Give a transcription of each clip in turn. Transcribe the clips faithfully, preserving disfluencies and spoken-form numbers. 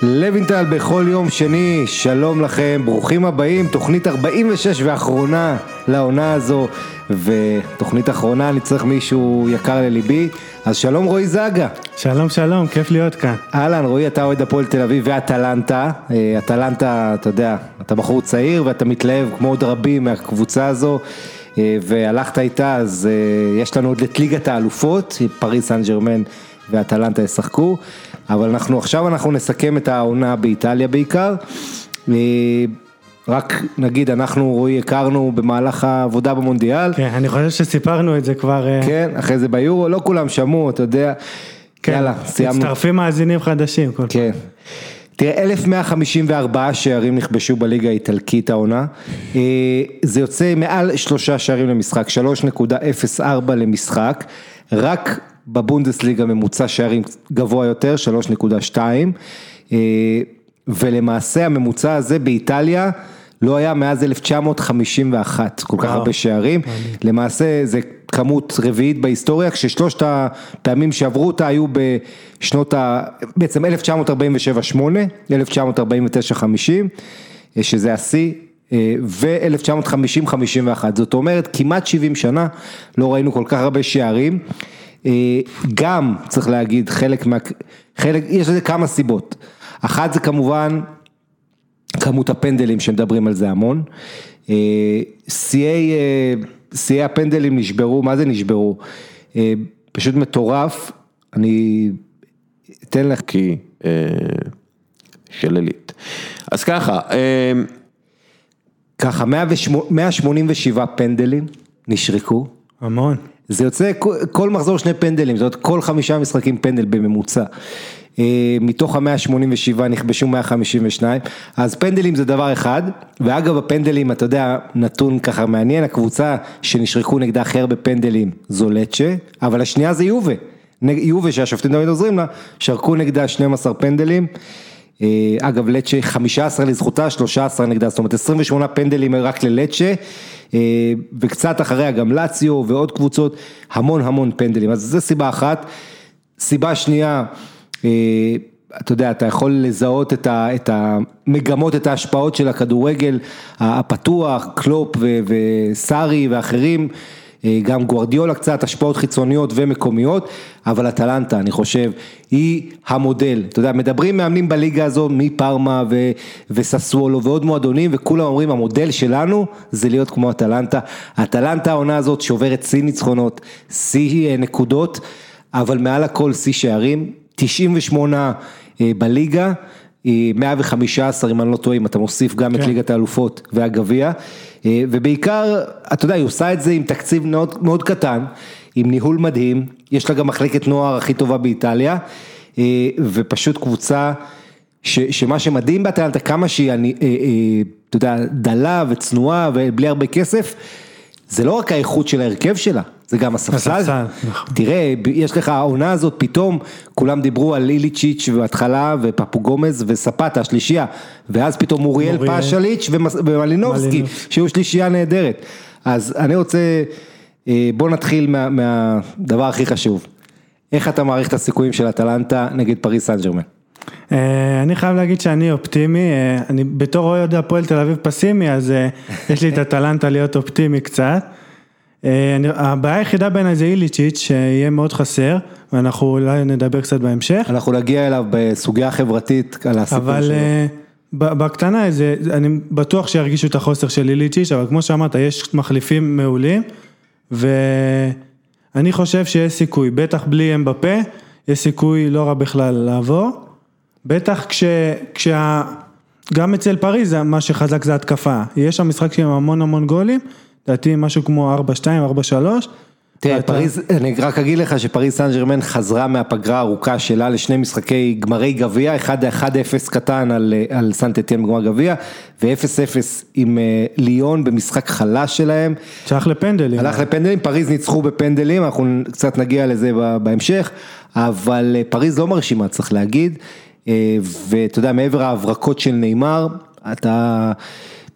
לוינטל בכל יום שני, שלום לכם, ברוכים הבאים, תוכנית ארבעים ושש ואחרונה לעונה הזו, ותוכנית אחרונה אני צריך מישהו יקר לליבי, אז שלום רועי זגה. שלום שלום, כיף להיות כאן. אהלן רועי, אתה אוהד הפועל תל אביב ואטלנטה, אטלנטה אתה יודע, אתה בחור צעיר ואתה מתלהב כמו עוד רבים מהקבוצה הזו, והלכת איתה, אז יש לנו עוד את ליגת האלופות, פריז סן ז'רמן ואטלנטה ישחקו, אבל אנחנו עכשיו אנחנו נסכם את העונה באיטליה בעיקר, רק נגיד אנחנו רואי הכרנו במהלך העבודה במונדיאל. כן, אני חושב שסיפרנו את זה כבר. כן, אחרי זה ביורו, לא כולם שמעו, אתה יודע. כן, יאללה, סיימנו. מצטרפים מאזינים חדשים. כן. תראה, אלף מאה חמישים וארבעה שערים נכבשו בליגה האיטלקית העונה, זה יוצא מעל שלושה שערים למשחק, שלוש נקודה אפס ארבע למשחק, רק בבונדסליגה ממוצע שערים גבוה יותר, שלוש נקודה שתיים, ולמעשה הממוצע הזה באיטליה לא היה מאז אלף תשע מאות חמישים ואחת, כל כך הרבה שערים, למעשה זה כמות רביעית בהיסטוריה, כששלושת הפעמים שעברו אותה היו בשנות ה... בעצם אלף תשע מאות ארבעים ושבע שמונה, אלף תשע מאות ארבעים ותשע חמישים, שזה השיא, ו-אלף תשע מאות חמישים חמישים ואחת, זאת אומרת כמעט שבעים שנה לא ראינו כל כך הרבה שערים, גם צריך להגיד חלק מה... חלק, יש לזה כמה סיבות, אחת זה כמובן כמות הפנדלים שמדברים על זה המון, שיאי, שיאי הפנדלים נשברו, מה זה נשברו? פשוט מטורף, אני אתן לך כי שללית. אז ככה, ככה מאה שמונים ושבעה פנדלים נשרקו. המון. זה יוצא כל מחזור שני פנדלים, זאת אומרת כל חמישה משחקים פנדל בממוצע. מתוך ה-מאה שמונים ושבע נכבשו מאה חמישים ושתיים, אז פנדלים זה דבר אחד, ואגב הפנדלים, אתה יודע, נתון ככה מעניין, הקבוצה שנשרקו נגדה הכי הרבה פנדלים זו לצ'ה, אבל השנייה זה יובה, יובה שהשופטים תמיד עוזרים לה, שרקו נגדה שנים עשר פנדלים, אגב לצ'ה חמישה עשר לזכותה, שלושה עשר נגדה, זאת אומרת עשרים ושמונה פנדלים רק ללצ'ה, וקצת אחריה גם לאציו ועוד קבוצות, המון המון פנדלים, אז זו סיבה אחת. סיבה שנייה, אתה יודע, אתה יכול לזהות את, ה, את המגמות, את ההשפעות של הכדורגל הפתוח, קלופ ו, וסארי ואחרים, גם גוארדיולה קצת, השפעות חיצוניות ומקומיות, אבל אטלנטה, אני חושב, היא המודל. אתה יודע, מדברים מאמנים בליגה הזו, מפרמה ו, וססוולו ועוד מועדונים, וכולם אומרים, המודל שלנו זה להיות כמו אטלנטה. אטלנטה העונה הזאת שוברת שיא ניצחונות, שיא נקודות, אבל מעל הכל שיא שערים, תשעים ושמונה בליגה, מאה וחמישה עשר אם אני לא טועה, אם אתה מוסיף גם את ליגת האלופות והגביע, ובעיקר, אתה יודע, היא עושה את זה עם תקציב מאוד, מאוד קטן, עם ניהול מדהים, יש לה גם מחלקת נוער הכי טובה באיטליה, ופשוט קבוצה, ש, שמה שמדהים באטלנטה, כמה שהיא, אתה יודע, דלה וצנועה ובלי הרבה כסף, זה לא רק האיכות של ההרכב שלה, זה גם הספסל. תראה, יש לך העונה הזאת, פתאום כולם דיברו על איליצ'יץ' בהתחלה, ופפו גומז וספטה, השלישייה, ואז פתאום אוריאל פאשליץ' ומלינובסקי, שהוא שלישייה נהדרת. אז אני רוצה, בוא נתחיל מה, מהדבר הכי חשוב. איך אתה מעריך את הסיכויים של אטלנטה נגד פריז סן ז'רמן? אני חייב להגיד שאני אופטימי, אני בתור אוהד הפועל תל אביב פסימי, אז יש לי את אטלנטה להיות אופטימי קצת. הבעיה היחידה בעיניי זה איליצ'יץ' שיהיה מאוד חסר, ואנחנו אולי נדבר קצת בהמשך. אנחנו נגיע אליו בסוגיה חברתית על הסיפור שלו. אבל בקטנה זה, אני בטוח שירגישו את החוסר של איליצ'יץ', אבל כמו שאמרת, יש מחליפים מעולים, ואני חושב שיש סיכוי, בטח בלי אמבפה, יש סיכוי לא רע בכלל לעבור, בטח כש, כשה, גם אצל פריז מה שחזק זה התקפה, יש שם משחק עם המון המון גולים, דעתי משהו כמו ארבע שתיים, ארבע שלוש. תראה, פריז, אני רק אגיד לך שפריז סן ז'רמן חזרה מהפגרה הארוכה שלה לשני משחקי גמרי גביע, אחד אפס קטן על, על סנט אתיין בגמר גביע, ו-אפס אפס עם ליון במשחק חלש שלהם. שהלך לפנדלים. הלך לפנדלים, פריז ניצחו בפנדלים, אנחנו קצת נגיע לזה בהמשך, אבל פריז לא מרשימה, צריך להגיד, ואתה יודע, מעבר ההברקות של ניימר, אתה...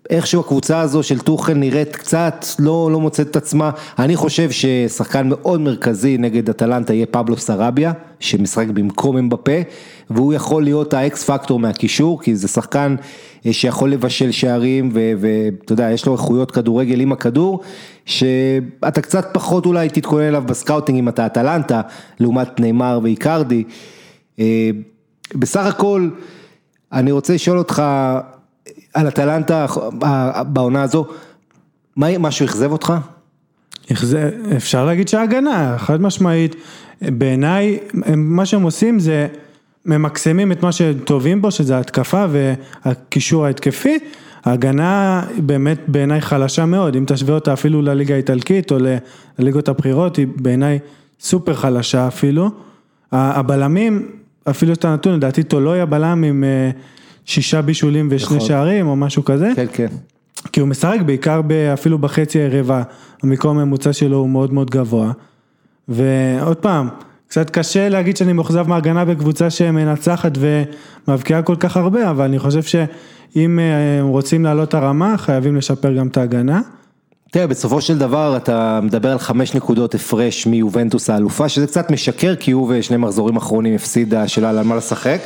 איכשהו הקבוצה הזו של טוחל נראית קצת, לא, לא מוצאת את עצמה, אני חושב ששחקן מאוד מרכזי נגד אטלנטה יהיה פבלו סרביה, שמשחק במקום אמבפה, והוא יכול להיות האקס פקטור מהקישור, כי זה שחקן שיכול לבשל שערים, ואתה יודע, יש לו איכויות כדורגל עם הכדור, שאתה קצת פחות אולי תתכונן אליו בסקאוטינג אם אתה אטלנטה, לעומת ניימר ואיקרדי. בסך הכל, אני רוצה לשאול אותך, על אטלנטה בעונה הזו, מה, משהו יחזב אותך? יחזב, אפשר להגיד שההגנה, חד משמעית, בעיניי, מה שהם עושים זה, ממקסמים את מה שטובים בו, שזה ההתקפה והקישור ההתקפי, ההגנה באמת בעיניי חלשה מאוד, אם תשווה אותה אפילו לליגה האיטלקית, או לליגות הבחירות, היא בעיניי סופר חלשה אפילו, הבלמים, אפילו שאתה נתון, לדעתי תולוי הבלם עם שישה בישולים ושני שערים או משהו כזה. כן, כן. כי הוא משחק בעיקר אפילו בחצי הרבע, המקום הממוצע שלו הוא מאוד מאוד גבוה. ועוד פעם, קצת קשה להגיד שאני מוחזב מהגנה בקבוצה שמנצחת ומבקיעה כל כך הרבה, אבל אני חושב שאם רוצים לעלות הרמה, חייבים לשפר גם את ההגנה. תראה, בסופו של דבר אתה מדבר על חמש נקודות הפרש מיובנטוס האלופה, שזה קצת משקר, כי הוא ושני מחזורים אחרונים הפסידה שלה על מה לשחק.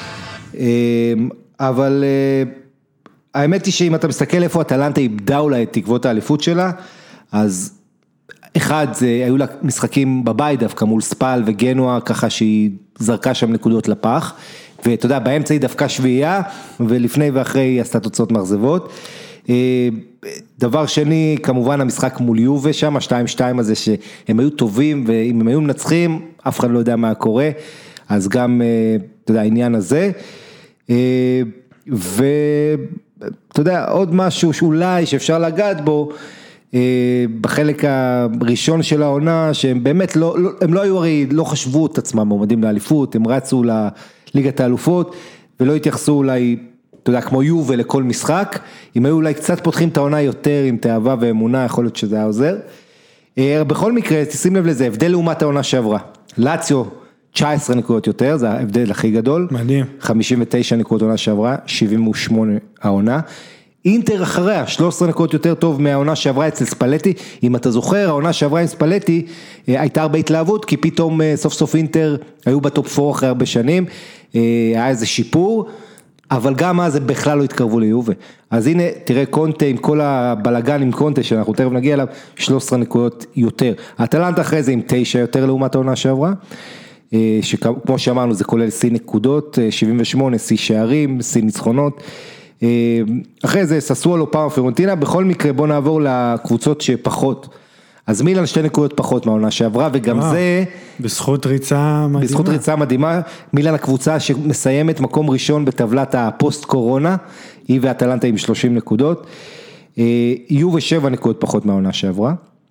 אבל האמת היא שאם אתה מסתכל איפה אטלנטה איבדה אולי את תקוות האליפות שלה, אז אחד, זה, היו לה משחקים בבית דווקא מול ספל וגנוע, ככה שהיא זרקה שם נקודות לפח, ואתה יודע, באמצע היא דווקא שביעייה, ולפני ואחרי היא עשתה תוצאות מאכזבות. דבר שני, כמובן המשחק מול יובה שם, השתיים שתיים הזה שהם היו טובים, ואם הם היו מנצחים, אף אחד לא יודע מה קורה, אז גם, אתה יודע, העניין הזה, ואתה יודע, עוד משהו שאולי שאפשר לגעת בו, בחלק הראשון של העונה, שהם באמת לא, הם לא היו הרי, לא חשבו את עצמם מועמדים לאליפות, הם רצו לליגת האלופות, ולא התייחסו אולי, אתה יודע, כמו יובה לכל משחק, אם היו אולי קצת פותחים את העונה יותר, עם תאווה ואמונה, יכול להיות שזה היה עוזר. בכל מקרה, תשים לב לזה, הבדל לעומת העונה שעברה, לאציו, תשע עשרה נקודות יותר, זה ההבדל הכי גדול, מדהים. חמישים ותשע נקודות עונה שעברה, שבעים ושמונה העונה, אינטר אחריה, שלוש עשרה נקודות יותר טוב מהעונה שעברה אצל ספלטי, אם אתה זוכר, העונה שעברה עם ספלטי, הייתה הרבה התלהבות, כי פתאום סוף סוף אינטר היו בטופ ארבע אחרי הרבה שנים, היה איזה שיפור, אבל גם אז הם בכלל לא התקרבו ליובה, אז הנה תראה קונטה עם כל הבלגן עם קונטה, שאנחנו תכף נגיע אליו, שלוש עשרה נקודות יותר, אטלנטה אחרי זה עם תשע יותר לעומת העונה שעברה, שכמו שאמרנו זה כולל סי נקודות, שבעים ושמונה, סי שערים, סי ניצחונות, אחרי זה ססוולו פארמה פיורנטינה, בכל מקרה בוא נעבור לקבוצות שפחות, אז מילאן שתי נקודות פחות מהעונה שעברה, וגם וואו, זה, בזכות ריצה מדהימה, בזכות ריצה מדהימה, מילאן הקבוצה שמסיימת מקום ראשון בטבלת הפוסט קורונה, היא ואטלנטה עם שלושים נקודות, יובה שבע נקודות פחות מהעונה שעברה,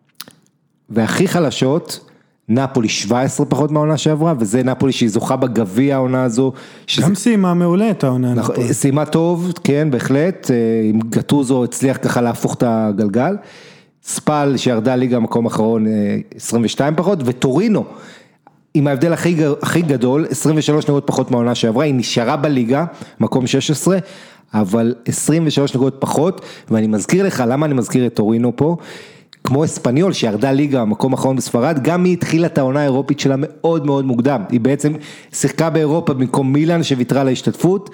והכי חלשות, נפולי שבע עשרה פחות מהעונה שעברה, וזה נפולי שהיא זוכה בגביע העונה הזו. גם סיימה מעולה את העונה. סיימה טוב, כן, בהחלט, עם גטוזו הצליח ככה להפוך את הגלגל, ספל שירדה ליגה מקום אחרון עשרים ושתיים פחות, וטורינו, עם ההבדל הכי, הכי גדול, עשרים ושלוש נקודות פחות מהעונה שעברה, היא נשארה בליגה, מקום שש עשרה, אבל עשרים ושלוש נקודות פחות, ואני מזכיר לך, למה אני מזכיר את טורינו פה, כמו אספניול שירדה ליגה, מקום אחרון בספרד, גם היא התחילה את העונה האירופית שלה מאוד מאוד מוקדם, היא בעצם שיחקה באירופה במקום מילאן שוויתרה להשתתפות,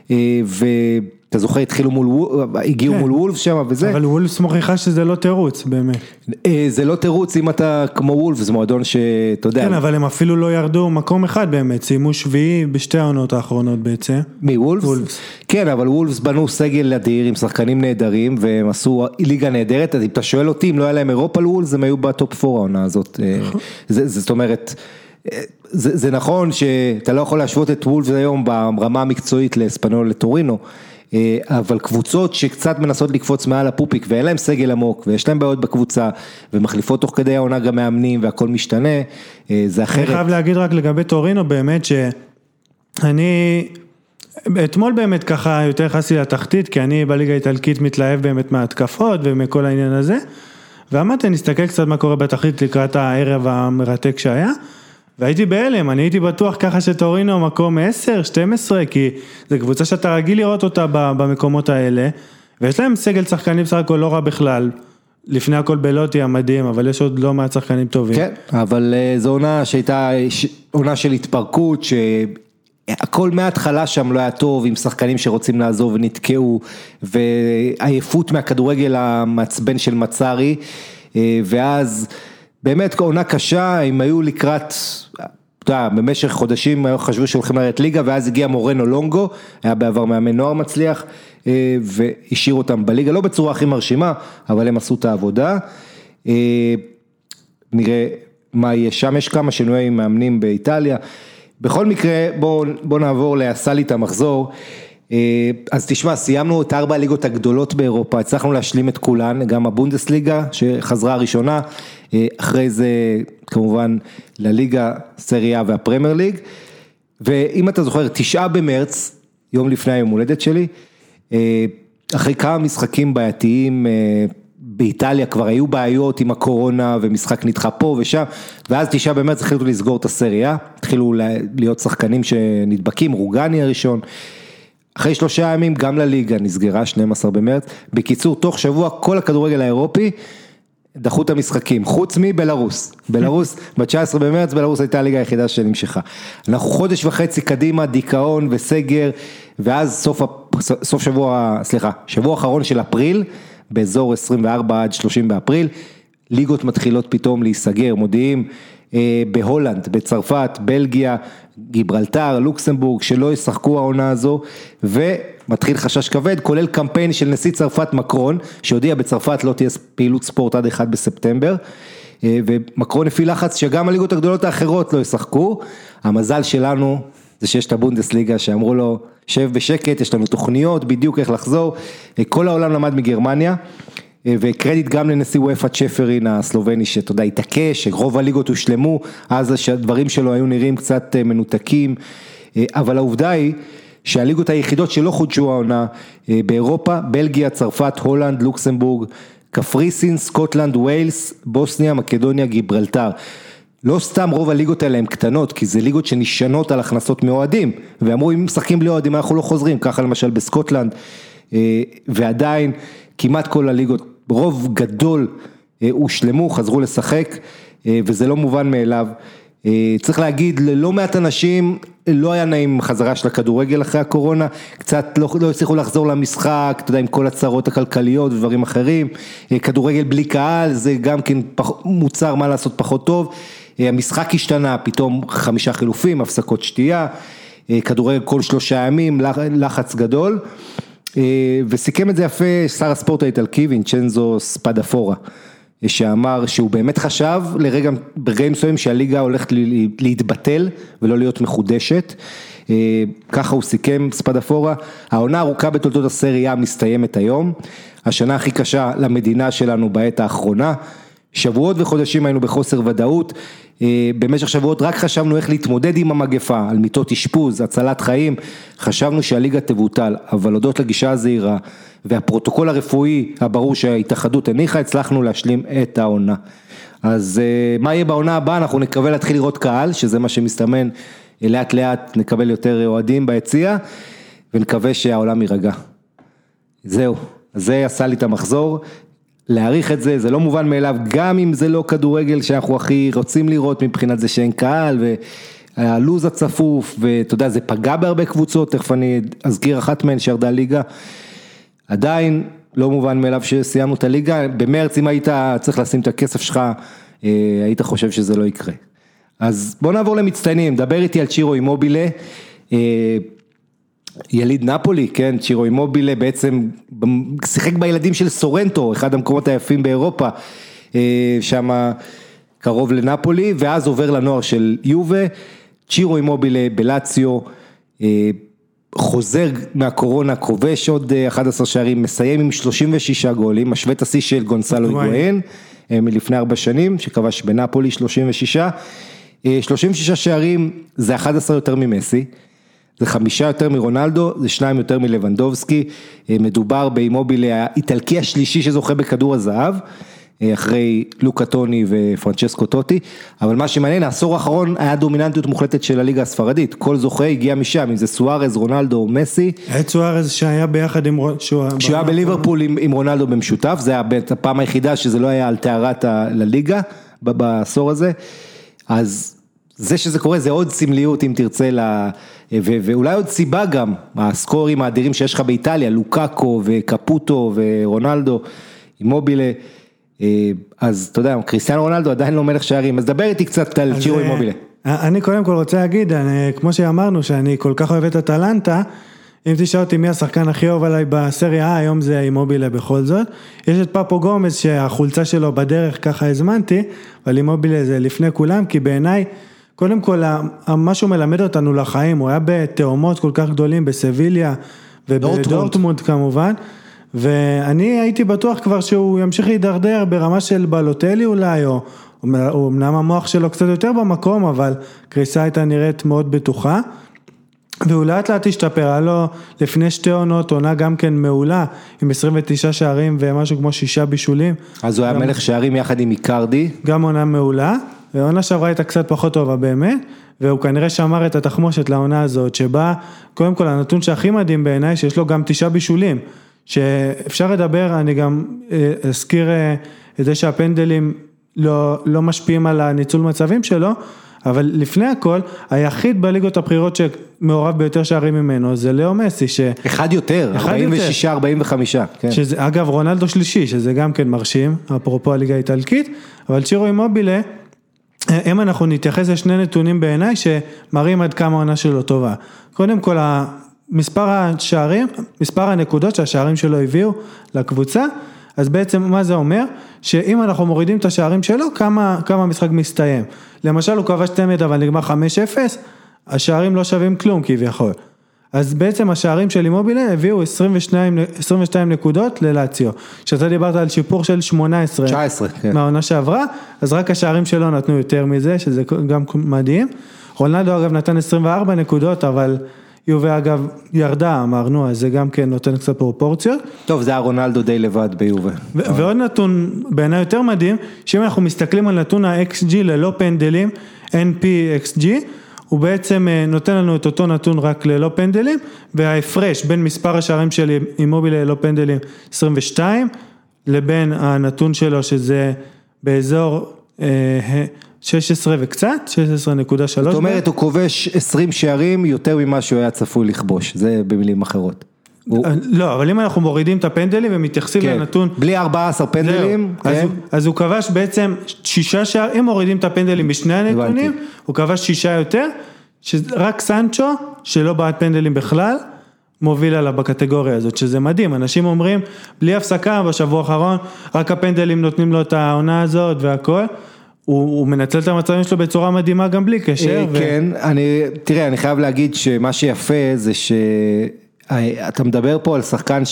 ואתה זוכר התחילו מול, הגיעו מול וולפס שם וזה. אבל וולפס מוכיחה שזה לא תירוץ באמת. זה לא תירוץ אם אתה כמו וולפס, זה מועדון שאתה יודע. כן, אבל הם אפילו לא ירדו מקום אחד באמת, סיימו שביעי בשתי העונות האחרונות בעצם. מי וולפס? כן, אבל וולפס בנו סגל אדיר עם שחקנים נהדרים, והם עשו ליגה נהדרת, אז אם אתה שואל אותי אם לא היה להם אירופה לוולפס, הם היו בטופ ארבע העונה הזאת. זאת אומרת, זה, זה נכון שאתה לא יכול להשוות את וולפס היום ברמה המקצועית לאספניול לטורינו, אבל קבוצות שקצת מנסות לקפוץ מעל הפופיק ואין להם סגל עמוק ויש להם בעיות בקבוצה ומחליפות תוך כדי העונה גם מאמנים והכל משתנה, זה אחרת. אני חייב להגיד רק לגבי טורינו באמת שאני אתמול באמת ככה יותר חסי לתחתית, כי אני בליגה האיטלקית מתלהב באמת מההתקפות ומכל העניין הזה, ואמרתי נסתכל קצת מה קורה בתחתית לקראת הערב המרתק שהיה, והייתי בהלם, אני הייתי בטוח ככה שטורינו מקום עשר, שתים עשרה, כי זו קבוצה שאתה רגיל לראות אותה במקומות האלה, ויש להם סגל שחקנים בסך הכל לא רע בכלל, לפני הכל בלוטי המדהים, אבל יש עוד לא מעט שחקנים טובים. כן, אבל זו עונה שהייתה עונה של התפרקות, שהכל מההתחלה שם לא היה טוב, עם שחקנים שרוצים לעזוב ונתקעו, ועייפות מהכדורגל המעצבן של מצרי, ואז באמת עונה קשה, הם היו לקראת, אתה יודע, במשך חודשים חשבו שהולכים לרדת ליגה, ואז הגיע מורנו לונגו, היה בעבר מאמן נוער מצליח, והשאיר אותם בליגה, לא בצורה הכי מרשימה, אבל הם עשו את העבודה. נראה מה יהיה שם, יש כמה שינויים מאמנים באיטליה. בכל מקרה, בואו בוא נעבור לעשליט המחזור. אז תשמע, סיימנו את ארבע הליגות הגדולות באירופה, הצלחנו להשלים את כולן, גם הבונדסליגה שחזרה הראשונה, אחרי זה כמובן לליגה, סריה והפרמייר ליג, ואם אתה זוכר, תשעה במרץ, יום לפני היום הולדת שלי, אחרי כמה משחקים בעייתיים באיטליה, כבר היו בעיות עם הקורונה ומשחק נדחה פה ושם, ואז תשעה במרץ החליטו לסגור את הסריה, התחילו להיות שחקנים שנדבקים, רוגני הראשון, אחרי שלושה ימים גם לליגה נסגרה, שנים עשר במרץ, בקיצור תוך שבוע כל הכדורגל האירופי דחו את המשחקים, חוץ מבלרוס, בלרוס ב-תשעה עשר במרץ, בלרוס הייתה הליגה היחידה שנמשכה, אנחנו חודש וחצי קדימה, דיכאון וסגר, ואז סוף, סוף שבוע, סליחה, שבוע אחרון של אפריל, באזור עשרים וארבעה עד שלושים באפריל, ליגות מתחילות פתאום להיסגר, מודיעים אה, בהולנד, בצרפת, בלגיה, גיברלטר, לוקסמבורג, שלא ישחקו העונה הזו, ומתחיל חשש כבד, כולל קמפיין של נשיא צרפת מקרון, שהודיע בצרפת לא תהיה פעילות ספורט עד אחד בספטמבר, אה, ומקרון הפעיל לחץ שגם הליגות הגדולות האחרות לא ישחקו, המזל שלנו זה שיש את הבונדסליגה שאמרו לו, שב בשקט, יש לנו תוכניות, בדיוק איך לחזור, כל העולם למד מגרמניה, וקרדיט גם לנשיא וופא צ'פרין הסלובני, שאתה יודע, התעקש, שרוב הליגות הושלמו, אז הדברים שלו היו נראים קצת מנותקים, אבל העובדה היא, שהליגות היחידות שלא חודשו העונה, באירופה, בלגיה, צרפת, הולנד, לוקסמבורג, קפריסין, סקוטלנד, ווילס, בוסניה, מקדוניה, גיברלטר, לא סתם רוב הליגות האלה הן קטנות, כי זה ליגות שנשענות על הכנסות מאוהדים, ואמרו אם משחקים בלי אוהדים אנחנו לא חוזרים, ככה למשל בסקוטלנד, ועדיין כמעט כל הליגות, רוב גדול הושלמו, חזרו לשחק, וזה לא מובן מאליו. צריך להגיד, ללא מעט אנשים לא היה נעים חזרה של הכדורגל אחרי הקורונה, קצת לא, לא הצליחו לחזור למשחק, אתה יודע, עם כל הצרות הכלכליות ודברים אחרים, כדורגל בלי קהל, זה גם כן פח, מוצר מה לעשות פחות טוב, המשחק השתנה, פתאום חמישה חילופים, הפסקות שתייה, כדורגל כל שלושה ימים, לחץ גדול, וסיכם את זה יפה שר הספורט האיטלקי, וינצ'נזו ספדפורה, שאמר שהוא באמת חשב לרגע, ברגעים מסוימים שהליגה הולכת להתבטל ולא להיות מחודשת, ככה הוא סיכם ספדפורה, העונה ארוכה בתולדות הסריה מסתיימת היום, השנה הכי קשה למדינה שלנו בעת האחרונה, שבועות וחודשים היינו בחוסר ודאות, במשך שבועות רק חשבנו איך להתמודד עם המגפה, על מיטות אשפוז, הצלת חיים, חשבנו שהליגה תבוטל, אבל הודות לגישה הזהירה, והפרוטוקול הרפואי הברור שההתאחדות הניחה, הצלחנו להשלים את העונה. אז מה יהיה בעונה הבאה? אנחנו נקווה להתחיל לראות קהל, שזה מה שמסתמן, לאט לאט נקבל יותר אוהדים ביציע, ונקווה שהעולם יירגע. זהו, זה עשה לי את המחזור, להעריך את זה, זה לא מובן מאליו, גם אם זה לא כדורגל שאנחנו הכי רוצים לראות מבחינת זה שאין קהל, והלוז הצפוף, ואתה יודע, זה פגע בהרבה קבוצות, תכף אני אזכיר אחת מהן שירדה ליגה, עדיין לא מובן מאליו שסיימנו את הליגה, במרץ אם היית צריך לשים את הכסף שלך, היית חושב שזה לא יקרה. אז בוא נעבור למצטיינים, דבר איתי על צ'ירו אימובילה, יליד נפולי, כן, צ'ירו אימובילה בעצם שיחק בילדים של סורנטו, אחד המקומות היפים באירופה, שם קרוב לנפולי, ואז עובר לנוער של יובה, צ'ירו אימובילה בלאציו, חוזר מהקורונה, כובש עוד אחד עשר שערים, מסיים עם שלושים ושישה גולים, משווה את השיא של גונסלו היגואין, מלפני ארבע שנים, שכבש בנפולי שלושים ושישה, שלושים ושישה שערים זה אחד עשר יותר ממסי, זה חמישה יותר מרונלדו, זה שניים יותר מלבנדובסקי, מדובר באימובילה האיטלקי השלישי שזוכה בכדור הזהב, אחרי לוקה טוני ופרנצ'סקו טוטי, אבל מה שמעניין, העשור האחרון היה דומיננטיות מוחלטת של הליגה הספרדית, כל זוכה הגיע משם, אם זה סוארז, רונלדו, מסי. היה סוארז שהיה ביחד עם... שהוא היה בליברפול עם, עם רונלדו במשותף, זה היה הפעם היחידה שזה לא היה על תארת לליגה בעשור הזה, אז זה שזה קורה זה עוד סמליות אם תרצה, לה, ו, ואולי עוד סיבה גם, הסקורים האדירים שיש לך באיטליה, לוקאקו וקפוטו ורונלדו, אימובילה, אז אתה יודע, קריסטיאנו רונלדו עדיין לא מלך שערים, אז דבר איתי קצת על צ'ירו אימובילה. אני קודם כל רוצה להגיד, אני, כמו שאמרנו, שאני כל כך אוהב את הטלנטה, אם תשאל אותי מי השחקן הכי אוהב עליי בסריה, היום זה אימובילה בכל זאת, יש את פאפו גומז שהחולצה שלו בדרך ככה הזמנתי, אבל אימובילה זה לפני כולם, כי בעיניי, קודם כל, משהו מלמד אותנו לחיים, הוא היה בתאומות כל כך גדולים בסביליה, ובדורטמונד כמובן, ואני הייתי בטוח כבר שהוא ימשיך להידרדר ברמה של בלוטלי אולי, או אמנם המוח שלו קצת יותר במקום, אבל קריסה הייתה נראית מאוד בטוחה, והוא לאט לאט השתפר, היה לו לפני שתי עונות, עונה גם כן מעולה, עם עשרים ותשעה שערים ומשהו כמו שישה בישולים. אז הוא היה מלך שערים יחד עם איקרדי. גם עונה מעולה, ועונה שעברה הייתה קצת פחות טובה באמת, והוא כנראה שמר את התחמושת לעונה הזאת, שבה קודם כל הנתון שהכי מדהים בעיניי, שיש לו גם תשעה בישולים, שאפשר לדבר, אני גם אזכיר את זה שהפנדלים לא, לא משפיעים על הניצול מצבים שלו, אבל לפני הכל, היחיד בליגות הבחירות שמעורב ביותר שערים ממנו, זה לאו מסי, ש... אחד יותר, ארבעים ושש ארבעים וחמש, כן. שזה, אגב, רונלדו שלישי, שזה גם כן מרשים, אפרופו הליגה האיטלקית, אבל צ'ירו אימובילה, אם אנחנו נתייחס לשני נתונים בעיניי, שמראים עד כמה העונה שלו טובה. קודם כל, מספר השערים, מספר הנקודות שהשערים שלו הביאו לקבוצה, אז בעצם מה זה אומר? שאם אנחנו מורידים את השערים שלו, כמה, כמה המשחק מסתיים. למשל, הוא כבש תמיד, אבל נגמר חמש אפס, השערים לא שווים כלום כביכול. אז בעצם השערים של אימובילה הביאו עשרים ושתיים נקודות ללאציו. כשאתה דיברת על שיפור של שמונה עשרה, תשע עשרה, כן. מהעונה שעברה, אז רק השערים שלו נתנו יותר מזה, שזה גם מדהים. רונלדו אגב נתן עשרים וארבע נקודות, אבל יובה אגב ירדה, אמרנו, אז זה גם כן נותן קצת פרופורציות. טוב, זה היה רונלדו די לבד ביובה. ועוד נתון בעיניי יותר מדהים, שאם אנחנו מסתכלים על נתון ה-אקס ג'י ללא פנדלים, אן פי אקס ג'י, הוא בעצם נותן לנו את אותו נתון רק ללא פנדלים, וההפרש בין מספר השערים של אימובילה ללא פנדלים עשרים ושתיים, לבין הנתון שלו שזה באזור שש עשרה וקצת, שש עשרה נקודה שלוש. זאת אומרת, הוא כובש עשרים שערים יותר ממה שהוא היה צפוי לכבוש, זה במילים אחרות. לא, אבל אם אנחנו מורידים את הפנדלים ומתייחסים לנתון... בלי ארבעה עשר פנדלים. אז הוא כבש בעצם שישה שערים, אם מורידים את הפנדלים בשני הנתונים, הוא כבש שישה יותר, שרק סנצ'ו, שלא בעט פנדלים בכלל, מוביל עליו בקטגוריה הזאת, שזה מדהים. אנשים אומרים, בלי הפסקה בשבוע האחרון, רק הפנדלים נותנים לו את העונה הזאת והכל. הוא, הוא מנצל את המצבים שלו בצורה מדהימה גם בלי קשר. ו... כן, אני, תראה, אני חייב להגיד שמה שיפה זה שאתה מדבר פה על שחקן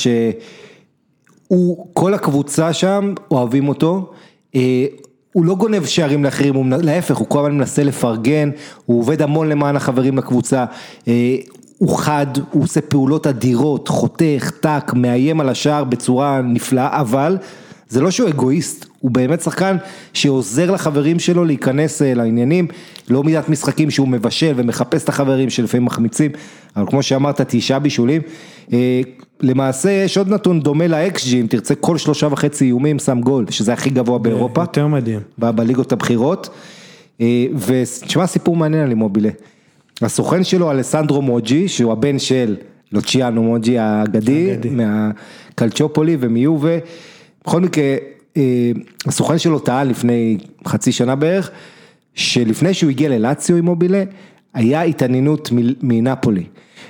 שהוא, כל הקבוצה שם אוהבים אותו, הוא לא גונב שערים לאחרים, הוא, להפך, הוא כל הזמן מנסה לפרגן, הוא עובד המון למען החברים לקבוצה, הוא חד, הוא עושה פעולות אדירות, חותך, טק, מאיים על השער בצורה נפלאה, אבל זה לא שהוא אגואיסט, הוא באמת שחקן שעוזר לחברים שלו להיכנס לעניינים, לא מידת משחקים שהוא מבשל ומחפש את החברים שלפעמים מחמיצים, אבל כמו שאמרת, תשעה בישולים, למעשה יש עוד נתון דומה ל-אקס ג'י, אם תרצה כל שלושה וחצי איומים שם גול, שזה הכי גבוה באירופה, יותר מדהים, בליגות הבחירות, ושמע סיפור מעניין על אימובילה, הסוכן שלו אלסנדרו מוג'י, שהוא הבן של לוציאנו מוג'י האגדי, מהקלצ'ופולי ומיובה, בכל מקרה, הסוכן שלו טען לפני חצי שנה בערך, שלפני שהוא הגיע ללאציו אימובילה, היה התעניינות מנפולי,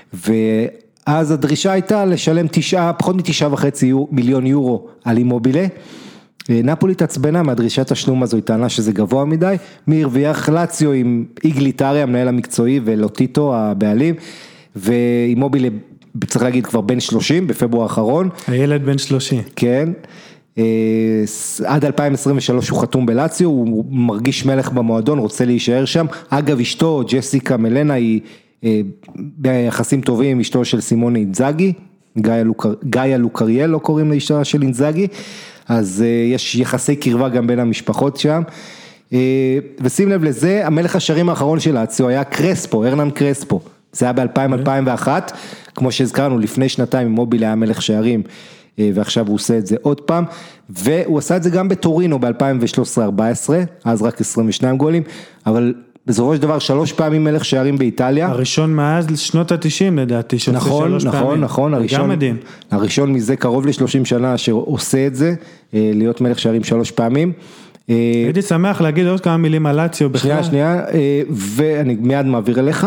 ואז הדרישה הייתה לשלם תשעה, פחות מתשעה וחצי מיליון יורו על אימובילה, נפולי תעצבנה מהדרישת השלום הזו, היא טענה שזה גבוה מדי, מי הרוויח לאציו עם איגליטרי, המנהל המקצועי, ולוטיטו הבעלים, ואימובילה, צריך להגיד כבר בן שלושים, בפברואר האחרון. הילד בן שלושים. כן. עד אלפיים עשרים ושלוש הוא חתום בלאציו, הוא מרגיש מלך במועדון, רוצה להישאר שם, אגב אשתו ג'סיקה מלנה היא ביחסים טובים, אשתו של סימוני אינזאגי, גאיה לוקריאל לא קוראים לאשתו של אינזאגי, אז יש יחסי קרבה גם בין המשפחות שם, ושים לב לזה, המלך השערים האחרון של לאציו היה קרספו, הרנן קרספו, זה היה ב-אלפיים אלפיים ואחת, כמו שהזכרנו לפני שנתיים, אימובילה היה מלך שערים, ועכשיו הוא עושה את זה עוד פעם, והוא עשה את זה גם בטורינו ב-אלפיים ושלוש עשרה ארבע עשרה, אז רק עשרים ושניים גולים, אבל בסופו של דבר שלוש פעמים מלך שערים באיטליה. הראשון מאז שנות ה-תשעים לדעתי, שעושה נכון, שלוש נכון, פעמים. נכון, הראשון, גם מדהים. הראשון מזה קרוב ל-שלושים שנה שעושה את זה, להיות מלך שערים שלוש פעמים. הייתי שמח להגיד עוד כמה מילים על לאציו בכלל. שנייה, שנייה, ואני מיד מעביר אליך.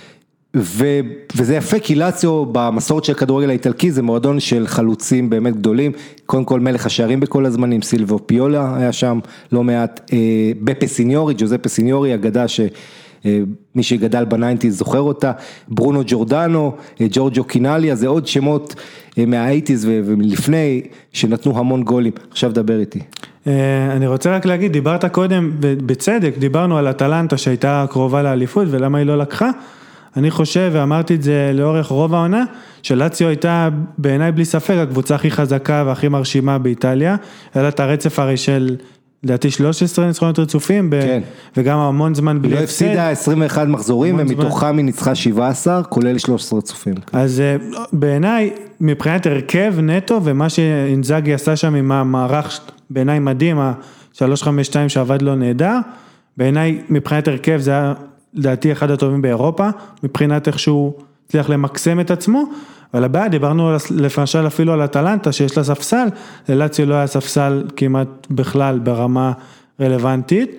ו, וזה יפה כי לאציו במסורת של הכדורגל האיטלקי זה מועדון של חלוצים באמת גדולים, קודם כל מלך השערים בכל הזמנים, סילבו פיולה היה שם לא מעט, אה, בפה סיניורי, ג'וזפה סיניורי, אגדה שמי אה, שגדל בניינטיז זוכר אותה, ברונו ג'ורדנו, אה, ג'ורג'ו קינליה, זה עוד שמות אה, מהאייטיז ולפני שנתנו המון גולים, עכשיו דבר איתי. אני רוצה רק להגיד, דיברת קודם, בצדק, דיברנו על אטלנטה שהייתה קרובה לאליפות ולמה היא לא לקחה, אני חושב, ואמרתי את זה לאורך רוב העונה, שלאציו הייתה בעיניי בלי ספק הקבוצה הכי חזקה והכי מרשימה באיטליה, היה לה את הרצף הרי של, לדעתי שלוש עשרה ניצחונות רצופים, כן. וגם המון זמן בלי הפסד. היא לא הפסידה עשרים ואחד מחזורים, ומתוכם היא ניצחה שבעה עשר, כולל שלוש עשרה רצופים. אז בעיניי, מבחינת הרכב נטו, ומה שאינזאגי עשה שם עם המערך, בעיניי מדהים, ה-שלוש חמש שתיים שעבד לו נהדר, בעיניי מבחינת הרכב זה היה לדעתי אחד הטובים באירופה, מבחינת איך שהוא הצליח למקסם את עצמו, אבל הבעיה, דיברנו לפרשל אפילו על אטלנטה, שיש לה ספסל, ללאציו לא היה ספסל כמעט בכלל ברמה רלוונטית.